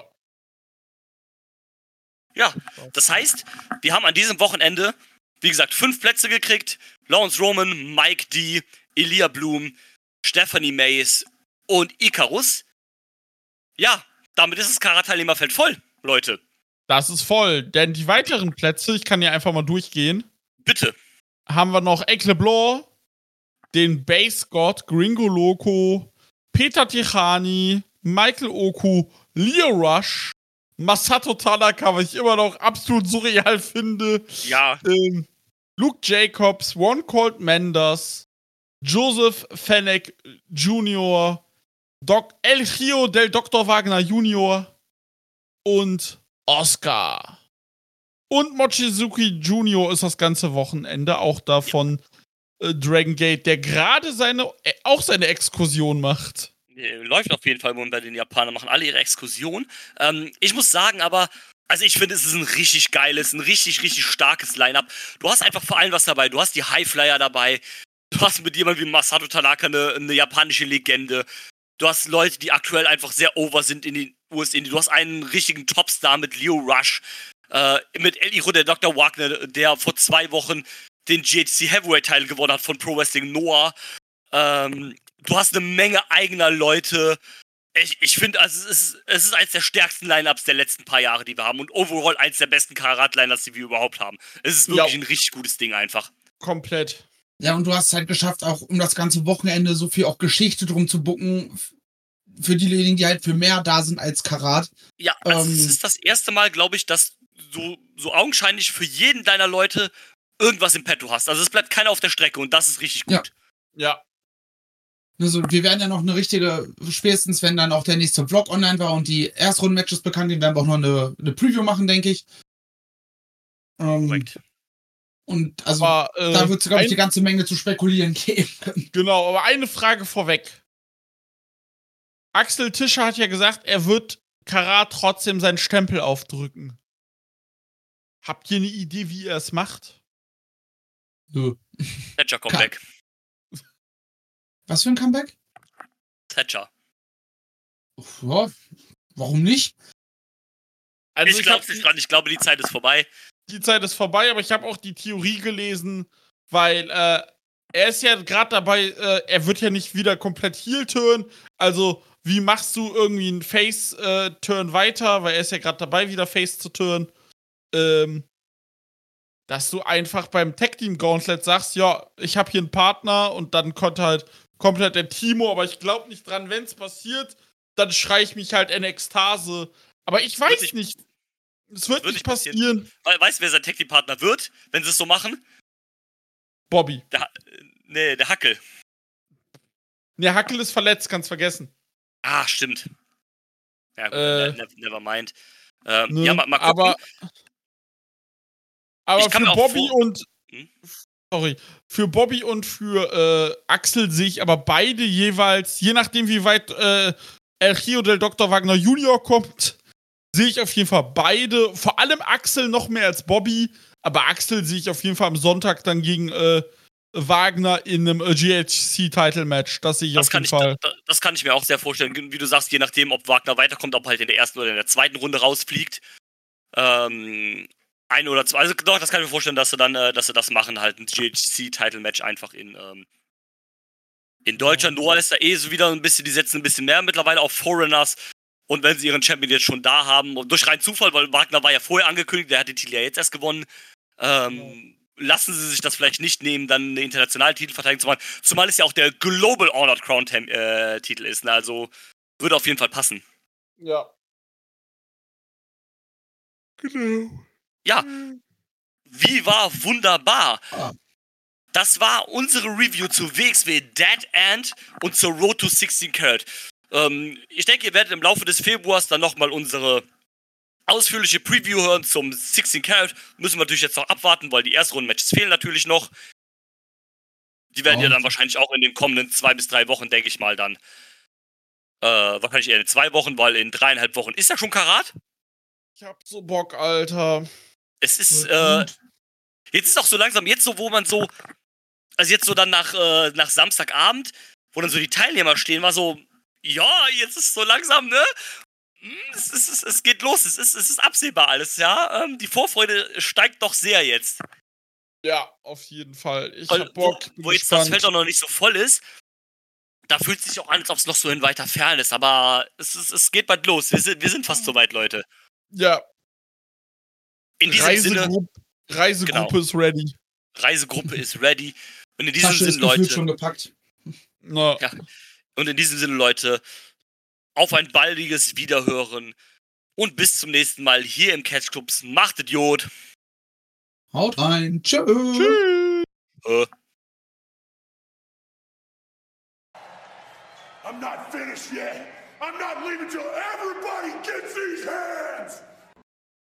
Ja, das heißt, wir haben an diesem Wochenende, wie gesagt, 5 Plätze gekriegt. Lawrence Roman, Mike D., Elia Bloom, Stephanie Mays und Icarus. Ja, damit ist das Karat-Teilnehmerfeld voll, Leute. Das ist voll, denn die weiteren Plätze, ich kann ja einfach mal durchgehen. Bitte. Haben wir noch Ek LeBlanc, den Base God, Gringo Loco, Peter Tichani, Michael Oku, Leo Rush, Masato Tanaka, was ich immer noch absolut surreal finde. Ja. Luke Jacobs, One Colt Mendes, Joseph Fennec Jr., El Rio del Dr. Wagner Jr. und Oscar. Und Mochizuki Jr. ist das ganze Wochenende auch davon Dragon Gate, der gerade seine Exkursion macht. Läuft auf jeden Fall bei den Japanern, machen alle ihre Exkursion. Ich muss sagen, aber, also ich finde, es ist ein richtig geiles, ein richtig, richtig starkes Line-Up. Du hast einfach vor allem was dabei. Du hast die Highflyer dabei. Du hast mit jemandem wie Masato Tanaka eine japanische Legende. Du hast Leute, die aktuell einfach sehr over sind in den US-Indie. Du hast einen richtigen Topstar mit Leo Rush, mit El Hijo der Dr. Wagner, der vor 2 Wochen den GHC Heavyweight-Title gewonnen hat von Pro Wrestling Noah. Du hast eine Menge eigener Leute. Ich finde, also es ist eines der stärksten Line-Ups der letzten paar Jahre, die wir haben. Und overall eines der besten Karat-Line-Ups, die wir überhaupt haben. Es ist wirklich ein richtig gutes Ding einfach. Komplett. Ja, und du hast es halt geschafft, auch um das ganze Wochenende so viel auch Geschichte drum zu bucken. Für diejenigen, die halt für mehr da sind als Karat. Ja, also es ist das erste Mal, glaube ich, dass du so augenscheinlich für jeden deiner Leute irgendwas im Petto hast. Also es bleibt keiner auf der Strecke und das ist richtig gut. Ja. Also wir werden ja noch eine richtige, spätestens wenn dann auch der nächste Vlog online war und die Erstrunden-Matches bekannt sind, werden wir auch noch eine Preview machen, denke ich. Korrekt. Und also da wird es, glaube ich, die ganze Menge zu spekulieren geben. Genau, aber eine Frage vorweg. Axel Tischer hat ja gesagt, er wird Karat trotzdem seinen Stempel aufdrücken. Habt ihr eine Idee, wie er es macht? So. Thatcher Comeback. Was für ein Comeback? Thatcher. Ja, warum nicht? Also ich glaube nicht dran, ich glaube, die Zeit ist vorbei. Die Zeit ist vorbei, aber ich habe auch die Theorie gelesen, weil er ist ja gerade dabei, er wird ja nicht wieder komplett Heel-Turn, also wie machst du irgendwie einen Face-Turn weiter, weil er ist ja gerade dabei, wieder Face zu turn, dass du einfach beim Tag-Team-Gauntlet sagst, ja, ich habe hier einen Partner und dann kommt halt der Timo, aber ich glaube nicht dran, wenn es passiert, dann schreie ich mich halt in Ekstase. Aber ich weiß nicht. Es wird nicht passieren. Weißt du, wer sein Tag-Team-Partner wird, wenn sie es so machen? Bobby. Der Hackel. Der Hackel ist verletzt, kannst vergessen. Ah, stimmt. Ja, gut, never mind. Ne, ja, mal gucken. Aber für Bobby für Bobby und für Axel sehe ich aber beide jeweils, je nachdem wie weit El Rio del Dr. Wagner Junior kommt, sehe ich auf jeden Fall beide, vor allem Axel noch mehr als Bobby, aber Axel sehe ich auf jeden Fall am Sonntag dann gegen Wagner in einem GHC-Title-Match. Das sehe ich auf jeden Fall. Das kann ich mir auch sehr vorstellen. Wie du sagst, je nachdem, ob Wagner weiterkommt, ob halt in der ersten oder in der zweiten Runde rausfliegt. Ein oder zwei. Also doch, das kann ich mir vorstellen, dass sie das machen, halt ein GHC-Title-Match einfach in In Deutschland, Noah ist da so wieder ein bisschen, die setzen ein bisschen mehr mittlerweile auf Foreigners. Und wenn sie ihren Champion jetzt schon da haben, und durch reinen Zufall, weil Wagner war ja vorher angekündigt, der hat den Titel ja jetzt erst gewonnen, lassen sie sich das vielleicht nicht nehmen, dann eine internationale Titelverteidigung zu machen. Zumal es ja auch der Global Honored Crown Titel ist. Ne? Also würde auf jeden Fall passen. Ja. Genau. Ja. Wie war wunderbar. Das war unsere Review zu WXW Dead End und zur Road to 16 Carat. Ich denke, ihr werdet im Laufe des Februars dann nochmal unsere ausführliche Preview hören zum 16 Carat. Müssen wir natürlich jetzt noch abwarten, weil die Erstrunden-Matches fehlen natürlich noch. Die werden ja dann wahrscheinlich auch in den kommenden 2 bis 3 Wochen, denke ich mal, dann. Wahrscheinlich eher in 2 Wochen, weil in 3,5 Wochen ist ja schon Karat. Ich hab so Bock, Alter. Es ist, jetzt ist auch so langsam, jetzt so, wo man so, also jetzt so dann nach Samstagabend, wo dann so die Teilnehmer stehen, war so, ja, jetzt ist so langsam, ne? Es geht los, es ist absehbar alles, ja? Die Vorfreude steigt doch sehr jetzt. Ja, auf jeden Fall. Ich hab Bock. Wo jetzt das Feld auch noch nicht so voll ist, da fühlt es sich auch an, als ob es noch so in weiter Ferne ist, aber es geht bald los. Wir sind fast so weit, Leute. Ja. In diesem Sinne. Reisegruppe ist ready. Reisegruppe ist ready. Und in diesem Tasche Sinne, ist Leute. schon gepackt. Na. Ja. Und in diesem Sinne, Leute, auf ein baldiges Wiederhören. Und bis zum nächsten Mal hier im Catch Clubs. Macht Idiot. Haut rein. Tschö. Tschüss. I'm not finished yet. I'm not leaving till everybody gets these hands.